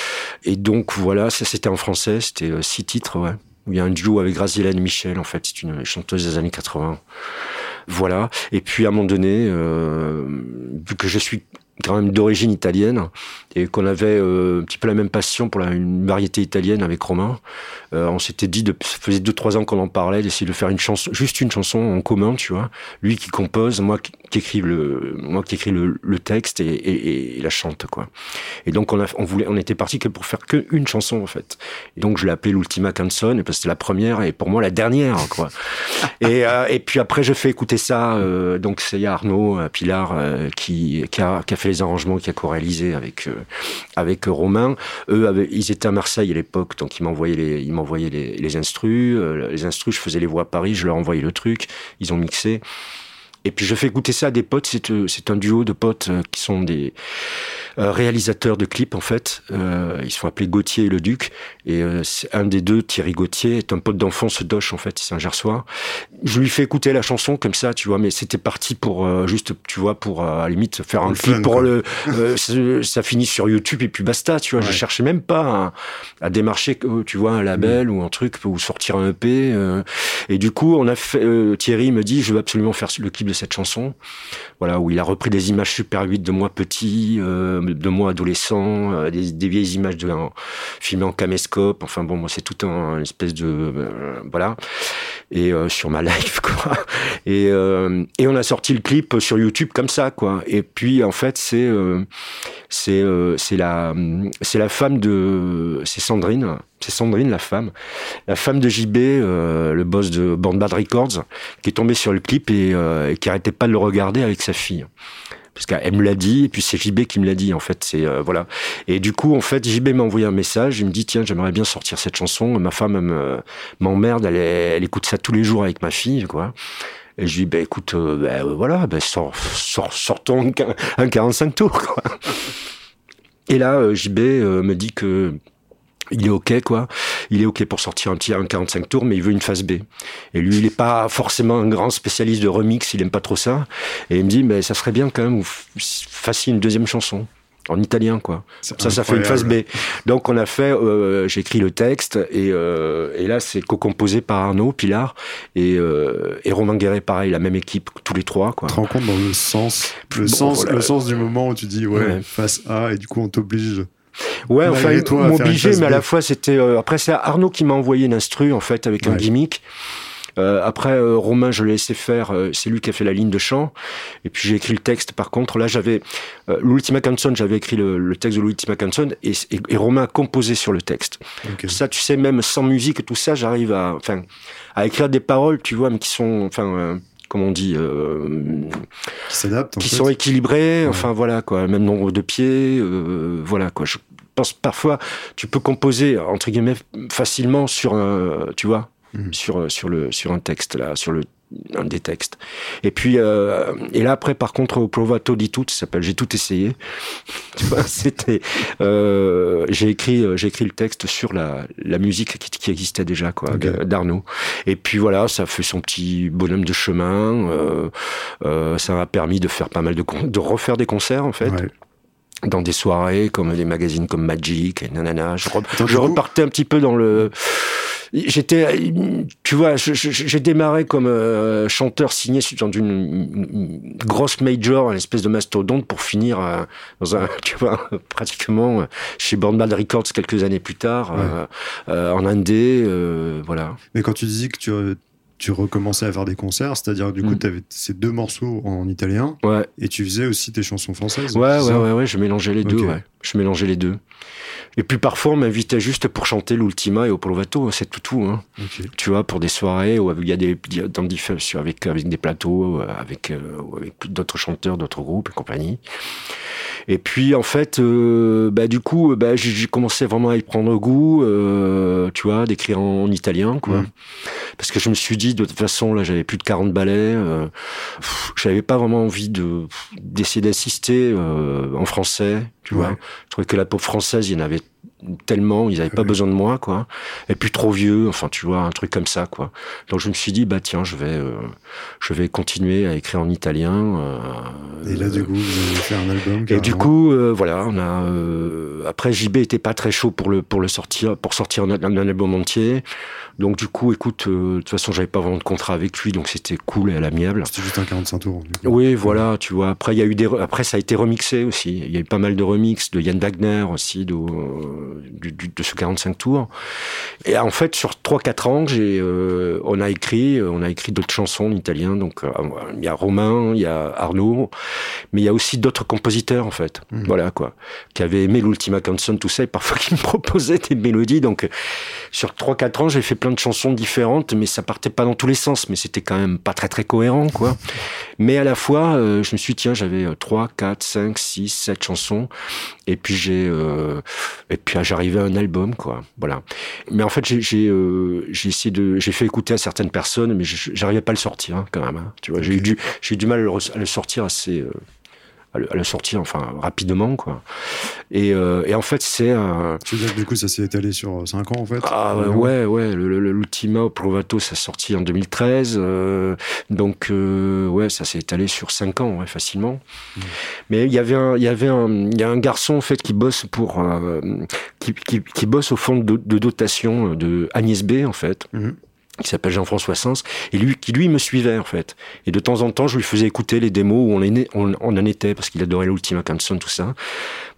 Et donc voilà, ça c'était en français, c'était euh, six titres, ouais. Où il y a un duo avec Graziella Michel, en fait, c'est une chanteuse des années quatre-vingts. Voilà. Et puis à un moment donné, euh, vu que je suis quand même d'origine italienne et qu'on avait euh, un petit peu la même passion pour la, une variété italienne avec Romain, euh, on s'était dit, de, ça faisait deux trois ans qu'on en parlait, d'essayer de faire une chanson, juste une chanson en commun, tu vois. Lui qui compose, moi qui, qui écrit le, moi qui écris le, le texte et, et, et la chante, quoi. Et donc on a, on voulait, on était parti que pour faire qu'une chanson en fait. Et donc je l'ai appelée l'Ultima Canzone parce que c'était la première et pour moi la dernière, quoi. et, euh, et puis après je fais écouter ça, euh, donc c'est Arnaud euh, Pilar euh, qui, qui a, qui a fait les arrangements, qui a co-réalisé avec euh, avec Romain. Eux, avaient, ils étaient à Marseille à l'époque, donc ils m'envoyaient les, ils m'envoyaient les, les instrus, euh, les instrus, je faisais les voix à Paris, je leur envoyais le truc, ils ont mixé. Et puis je fais écouter ça à des potes, c'est, c'est un duo de potes euh, qui sont des euh, réalisateurs de clips en fait. Euh, ils sont appelés Gauthier et Le Duc. Et euh, c'est un des deux, Thierry Gauthier, est un pote d'enfance Doche en fait, c'est un Gersois. Je lui fais écouter la chanson comme ça, tu vois, mais c'était parti pour euh, juste, tu vois, pour euh, à la limite faire un le clip fun, pour quoi. le. Euh, ça, ça finit sur YouTube et puis basta, tu vois. Ouais. Je cherchais même pas à, à démarcher, euh, tu vois, un label mmh. ou un truc ou sortir un E P. Euh, et du coup, on a fait. Euh, Thierry me dit, je veux absolument faire le clip de cette chanson. Voilà, où il a repris des images Super huit de moi petit, euh, de moi adolescent, euh, des, des vieilles images de, en, filmées en caméscope. Enfin bon, moi, c'est tout un une espèce de... Euh, voilà. Et euh, sur ma live, quoi. Et, euh, et on a sorti le clip sur YouTube comme ça, quoi. Et puis, en fait, c'est... Euh, c'est, euh, c'est, la, c'est la femme de... C'est Sandrine. C'est Sandrine, la femme. La femme de J B, euh, le boss de Born Bad Records, qui est tombée sur le clip et, euh, et qui arrêtait pas de le regarder avec sa fille. Parce qu'elle me l'a dit, et puis c'est J B qui me l'a dit, en fait. C'est, euh, voilà. Et du coup, en fait, J B m'a envoyé un message. Il me dit, tiens, j'aimerais bien sortir cette chanson. Ma femme, elle me, m'emmerde. Elle, elle écoute ça tous les jours avec ma fille, quoi. Et je lui dis, bah, écoute, euh, bah, voilà, bah, sort, sort, sortons un quarante-cinq tours, quoi. Et là, euh, J B euh, me dit que il est OK, quoi. Il est OK pour sortir un petit un quarante-cinq tours, mais il veut une phase B. Et lui, il n'est pas forcément un grand spécialiste de remix, il aime pas trop ça. Et il me dit, mais ça serait bien quand même, vous fassiez une deuxième chanson. En italien, quoi. C'est ça, incroyable. Ça fait une phase B. Donc, on a fait, euh, j'ai écrit le texte, et, euh, et là, c'est co-composé par Arnaud Pilar, et, euh, et Romain Guéret, pareil, la même équipe, tous les trois, quoi. Tu te rends compte dans le sens, le, Bon, sens, voilà. le sens du moment où tu dis, ouais, Ouais. face A, et du coup, on t'oblige. Ouais, Malgré enfin, toi, à faire une m'obliger, phase mais à B. la fois, c'était... Euh, après, c'est Arnaud qui m'a envoyé une instru, en fait, avec un Ouais. gimmick. Euh, après, euh, Romain, je l'ai laissé faire. Euh, c'est lui qui a fait la ligne de chant. Et puis, j'ai écrit le texte. Par contre, là, j'avais... Euh, l'Ultima Canzone, j'avais écrit le, le texte de l'Ultima Canzone, et, et, et Romain a composé sur le texte. Okay. Ça, tu sais, même sans musique et tout ça, j'arrive à... Enfin, à écrire des paroles, tu vois, mais qui sont... Enfin... Euh, comment on dit, euh, Qui s'adaptent, en qui fait. sont équilibrés, Ouais. enfin voilà quoi, même nombre de pieds, euh, voilà quoi. Je pense parfois tu peux composer entre guillemets facilement sur un, tu vois, Mhm. sur sur le sur un texte là, sur le un des textes. Et puis euh, et là après par contre au Provato di tutto, ça s'appelle J'ai tout essayé. Tu vois, c'était euh, j'ai écrit j'ai écrit le texte sur la la musique qui, qui existait déjà quoi, Okay. d'Arnaud. Et puis voilà, ça fait son petit bonhomme de chemin. Euh, euh, ça m'a permis de faire pas mal de con- de refaire des concerts en fait. Ouais. Dans des soirées comme des magazines comme Magic et nanana, je, re- Attends, je du coup- repartais un petit peu dans le. J'étais, tu vois, je- je- j'ai démarré comme euh, chanteur signé dans une, une- une grosse major, une espèce de mastodonte, pour finir euh, dans un, tu vois, pratiquement euh, chez Born Bad Records quelques années plus tard, Ouais. euh, euh, en indé, euh, voilà. Mais quand tu dis que tu, tu recommençais à faire des concerts, c'est-à-dire du coup, Mm. tu avais ces deux morceaux en italien, Ouais. et tu faisais aussi tes chansons françaises. Ouais, c'est ouais, ça ouais, ouais, je mélangeais les deux, Ok. ouais. Je mélangeais les deux. Et puis parfois, on m'invitait juste pour chanter l'Ultima et au Provato, c'est tout tout, hein. Ok. Tu vois, pour des soirées où il y a des, dans des avec, avec des plateaux, avec, euh, avec d'autres chanteurs, d'autres groupes et compagnie. Et puis, en fait, euh, bah, du coup, bah, j'ai, j'ai commencé vraiment à y prendre goût, euh, tu vois, d'écrire en, en italien, quoi. Mmh. Parce que je me suis dit, de toute façon, là, j'avais plus de quarante ballets, euh, pff, j'avais pas vraiment envie de, d'essayer d'assister euh, en français, tu Ouais. vois. Je trouvais que la pop française, il y en avait tellement, ils avaient pas Ouais. besoin de moi, quoi. Et puis trop vieux, enfin, tu vois, un truc comme ça, quoi. Donc je me suis dit, bah tiens, je vais, euh, je vais continuer à écrire en italien. Euh, Et là, du coup, vous avez fait un album. et du carrément. coup, euh, voilà, on a. Euh, après, J B était pas très chaud pour le pour le sortir, pour sortir un, un album entier. Donc du coup, écoute, euh, de toute façon, j'avais pas vraiment de contrat avec lui, donc c'était cool et à l'amiable. C'était juste un quarante-cinq tours. du coup. Oui, voilà, tu vois. Après, il y a eu des, re- après, ça a été remixé aussi. Il y a eu pas mal de remix de Yann Wagner aussi, de, euh, du, du- de ce quarante-cinq tours. Et en fait, sur trois quatre ans, j'ai, euh, on a écrit, on a écrit d'autres chansons en italien. Donc, euh, il y a Romain, il y a Arnaud, mais il y a aussi d'autres compositeurs, en fait. Mhm. Voilà, quoi. Qui avaient aimé l'Ultima Canzone, tout ça, et parfois qui me proposaient des mélodies. Donc, sur trois quatre ans, j'ai fait plein de chansons différentes, mais ça partait pas dans tous les sens, mais c'était quand même pas très très cohérent, quoi. Mais à la fois, euh, je me suis dit, tiens, j'avais trois, quatre, cinq, six, sept chansons, et puis j'ai, euh, et puis ah, j'arrivais à un album, quoi. Voilà. Mais en fait, j'ai, j'ai, euh, j'ai essayé de, j'ai fait écouter à certaines personnes, mais je- j'arrivais pas à le sortir, hein, quand même. Hein, tu vois, j'ai eu du, j'ai eu du mal à le, re- à le sortir assez. Euh, à le, à le sortir enfin rapidement, quoi. Et, euh, et en fait, c'est un. Tu veux dire que du coup, ça s'est étalé sur cinq ans, en fait Ah ouais, ouais, ouais, le, le, l'Ultima Provato, ça sorti en deux mille treize, euh, donc euh, ouais, ça s'est étalé sur cinq ans, ouais, facilement. Mmh. Mais il y avait un, il y avait un, il y a un garçon en fait qui bosse pour, euh, qui, qui, qui bosse au fond de, de dotation de Agnès B en fait. Mmh. Qui s'appelle Jean-François Sens, et lui, qui lui me suivait en fait. Et de temps en temps, je lui faisais écouter les démos où on, est, on, on en était, parce qu'il adorait l'Ultima Canzone, tout ça.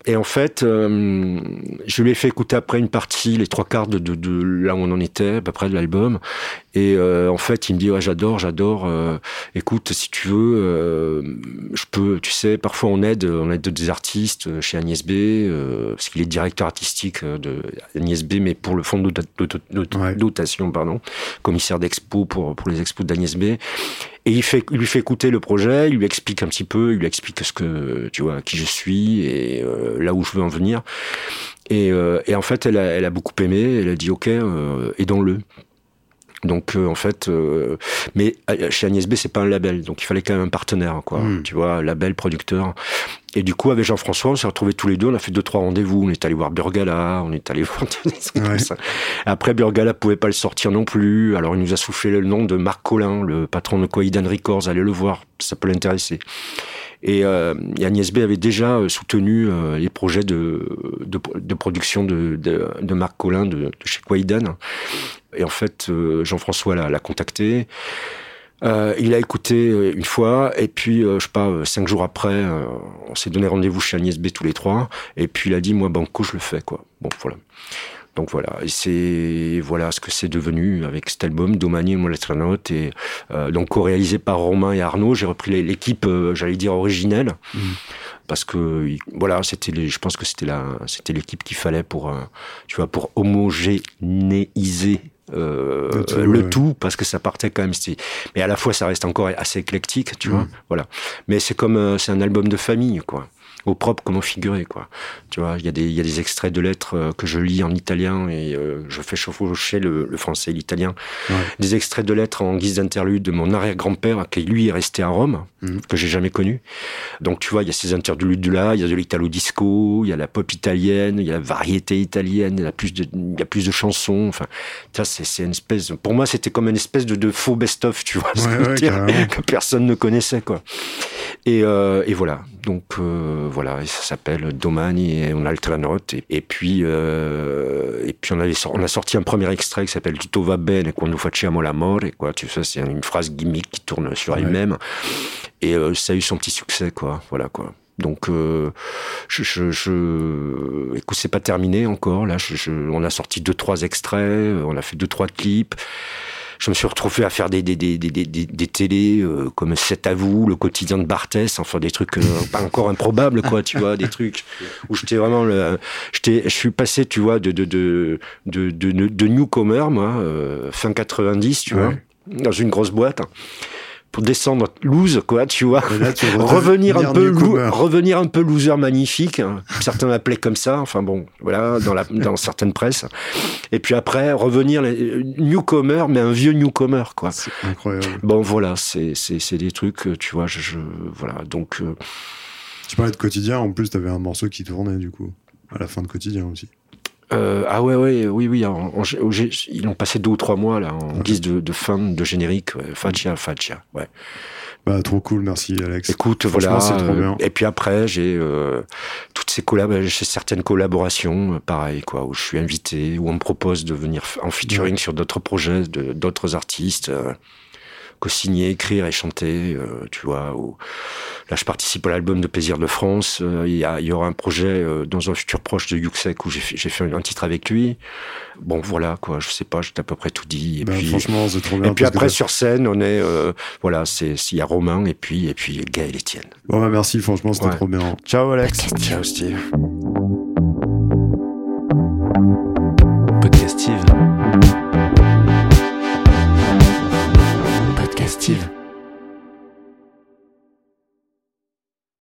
et en fait, euh, je lui ai fait écouter après une partie, les trois quarts de, de, de là où on en était, à peu près de l'album. Et euh, en fait, il me dit, ouais, j'adore, j'adore. Euh, écoute, si tu veux, euh, je peux, tu sais, parfois on aide, on aide des artistes chez Agnès B, euh, parce qu'il est directeur artistique de Agnès B, mais pour le fonds de dotation, ouais. pardon, commissaire d'expo pour, pour les expos d'Agnès B. Et il, fait, il lui fait écouter le projet, il lui explique un petit peu, il lui explique ce que, tu vois, qui je suis et euh, là où je veux en venir. Et, euh, et en fait, elle a, elle a beaucoup aimé, elle a dit, ok, euh, aidons-le. Donc euh, en fait, euh, mais chez Agnès B, c'est pas un label, donc il fallait quand même un partenaire, quoi. Mmh. Tu vois, label, producteur. Et du coup, avec Jean-François, on s'est retrouvés tous les deux. On a fait deux, trois rendez-vous. On est allé voir Burgala, on est allé voir des trucs ouais. comme ça. Après, Burgala pouvait pas le sortir non plus. Alors, il nous a soufflé le nom de Marc Collin, le patron de Coïdan Records. Allez le voir, ça peut l'intéresser. Et, euh, et Agnès B avait déjà soutenu euh, les projets de, de, de production de, de, de Marc Collin de, de chez Coïdan. Et en fait, euh, Jean-François l'a, l'a contacté. Euh, il a écouté une fois, et puis, euh, je sais pas, cinq jours après, euh, on s'est donné rendez-vous chez Agnès B tous les trois, et puis il a dit, moi, banco, je le fais, quoi. Bon, voilà. Donc voilà, et c'est voilà ce que c'est devenu avec cet album, Domani et Molestranote, et euh, donc co-réalisé par Romain et Arnaud. J'ai repris l'équipe, euh, j'allais dire originelle, mmh. parce que voilà, c'était les, je pense que c'était la, c'était l'équipe qu'il fallait pour, euh, tu vois, pour homogénéiser. Euh, le, tout, le ouais. tout, parce que ça partait quand même, c'était... mais à la fois ça reste encore assez éclectique, tu mmh. vois, voilà. Mais c'est comme, euh, c'est un album de famille, quoi. Au propre, comment figurer, quoi. Tu vois, il y a des, il y a des extraits de lettres euh, que je lis en italien et euh, je fais chevaucher le, le français et l'italien. Ouais. Des extraits de lettres en guise d'interlude de mon arrière-grand-père qui, lui, est resté à Rome, mmh. que j'ai jamais connu. Donc, tu vois, il y a ces interludes-là, il y a de l'italo-disco, il y a la pop italienne, il y a la variété italienne, il y a plus de, il y a plus de chansons. Enfin, ça, c'est, c'est une espèce... Pour moi, c'était comme une espèce de, de faux best-of, tu vois, ouais, ouais, dire, que personne ne connaissait, quoi. Et, euh, et voilà. Donc, euh, voilà, et ça s'appelle Domani et Un'altra-notte. Et, et puis, euh, et puis on, avait, on a sorti un premier extrait qui s'appelle Tutto va bene quando facciamo l'amore, quoi. Tu sais, c'est une phrase gimmick qui tourne sur ouais. elle-même. Et euh, ça a eu son petit succès, quoi. Voilà, quoi. Donc, euh, je, je, je, écoute, c'est pas terminé encore. Là, je, je, on a sorti deux, trois extraits, on a fait deux, trois clips. Je me suis retrouvé à faire des des des des des, des télés euh, comme C'est à vous, le quotidien de Barthès, enfin des trucs euh, pas encore improbables, quoi, tu vois, des trucs où j'étais vraiment le, j'étais, je suis passé, tu vois, de de de de de, de, de newcomer, moi, euh, fin quatre-vingt-dix, tu ouais. vois, dans une grosse boîte. Pour descendre loose, quoi, tu vois. Là, tu revenir un peu lou- revenir un peu loser magnifique, hein. Certains m'appelaient comme ça, enfin bon, voilà, dans la dans certaines presses. Et puis après revenir les, newcomer, mais un vieux newcomer, quoi. C'est incroyable. Bon voilà, c'est c'est c'est des trucs, tu vois, je, je voilà, donc euh... tu parlais de Quotidien, en plus t'avais un morceau qui tournait du coup à la fin de Quotidien aussi. Euh, ah ouais, ouais, oui, oui. En, en, en, ils ont passé deux ou trois mois là en ouais. guise de, de fin de générique. Ouais. Faccia, Faccia, ouais. Bah trop cool, merci Alex. Écoute, voilà. C'est trop bien. Et puis après, j'ai euh, toutes ces collab, j'ai certaines collaborations, euh, pareil quoi, où je suis invité, où on me propose de venir en featuring ouais. sur d'autres projets, de, d'autres artistes. Euh, co-signer, écrire et chanter, euh, tu vois. Où... Là, je participe à l'album de Plaisir de France. Il euh, y, a, y aura un projet euh, dans un futur proche de Yuxek où j'ai fait, j'ai fait un titre avec lui. Bon, voilà, quoi. Je sais pas, j'ai à peu près tout dit. Et ben, puis, franchement, c'est trop bien. Et puis après, que... sur scène, on est, euh, voilà, c'est, il y a Romain et puis, et puis Gaël Etienne. Bon, bah, merci, franchement, c'était ouais. trop bien. Ciao, Alex. Ciao, Steve.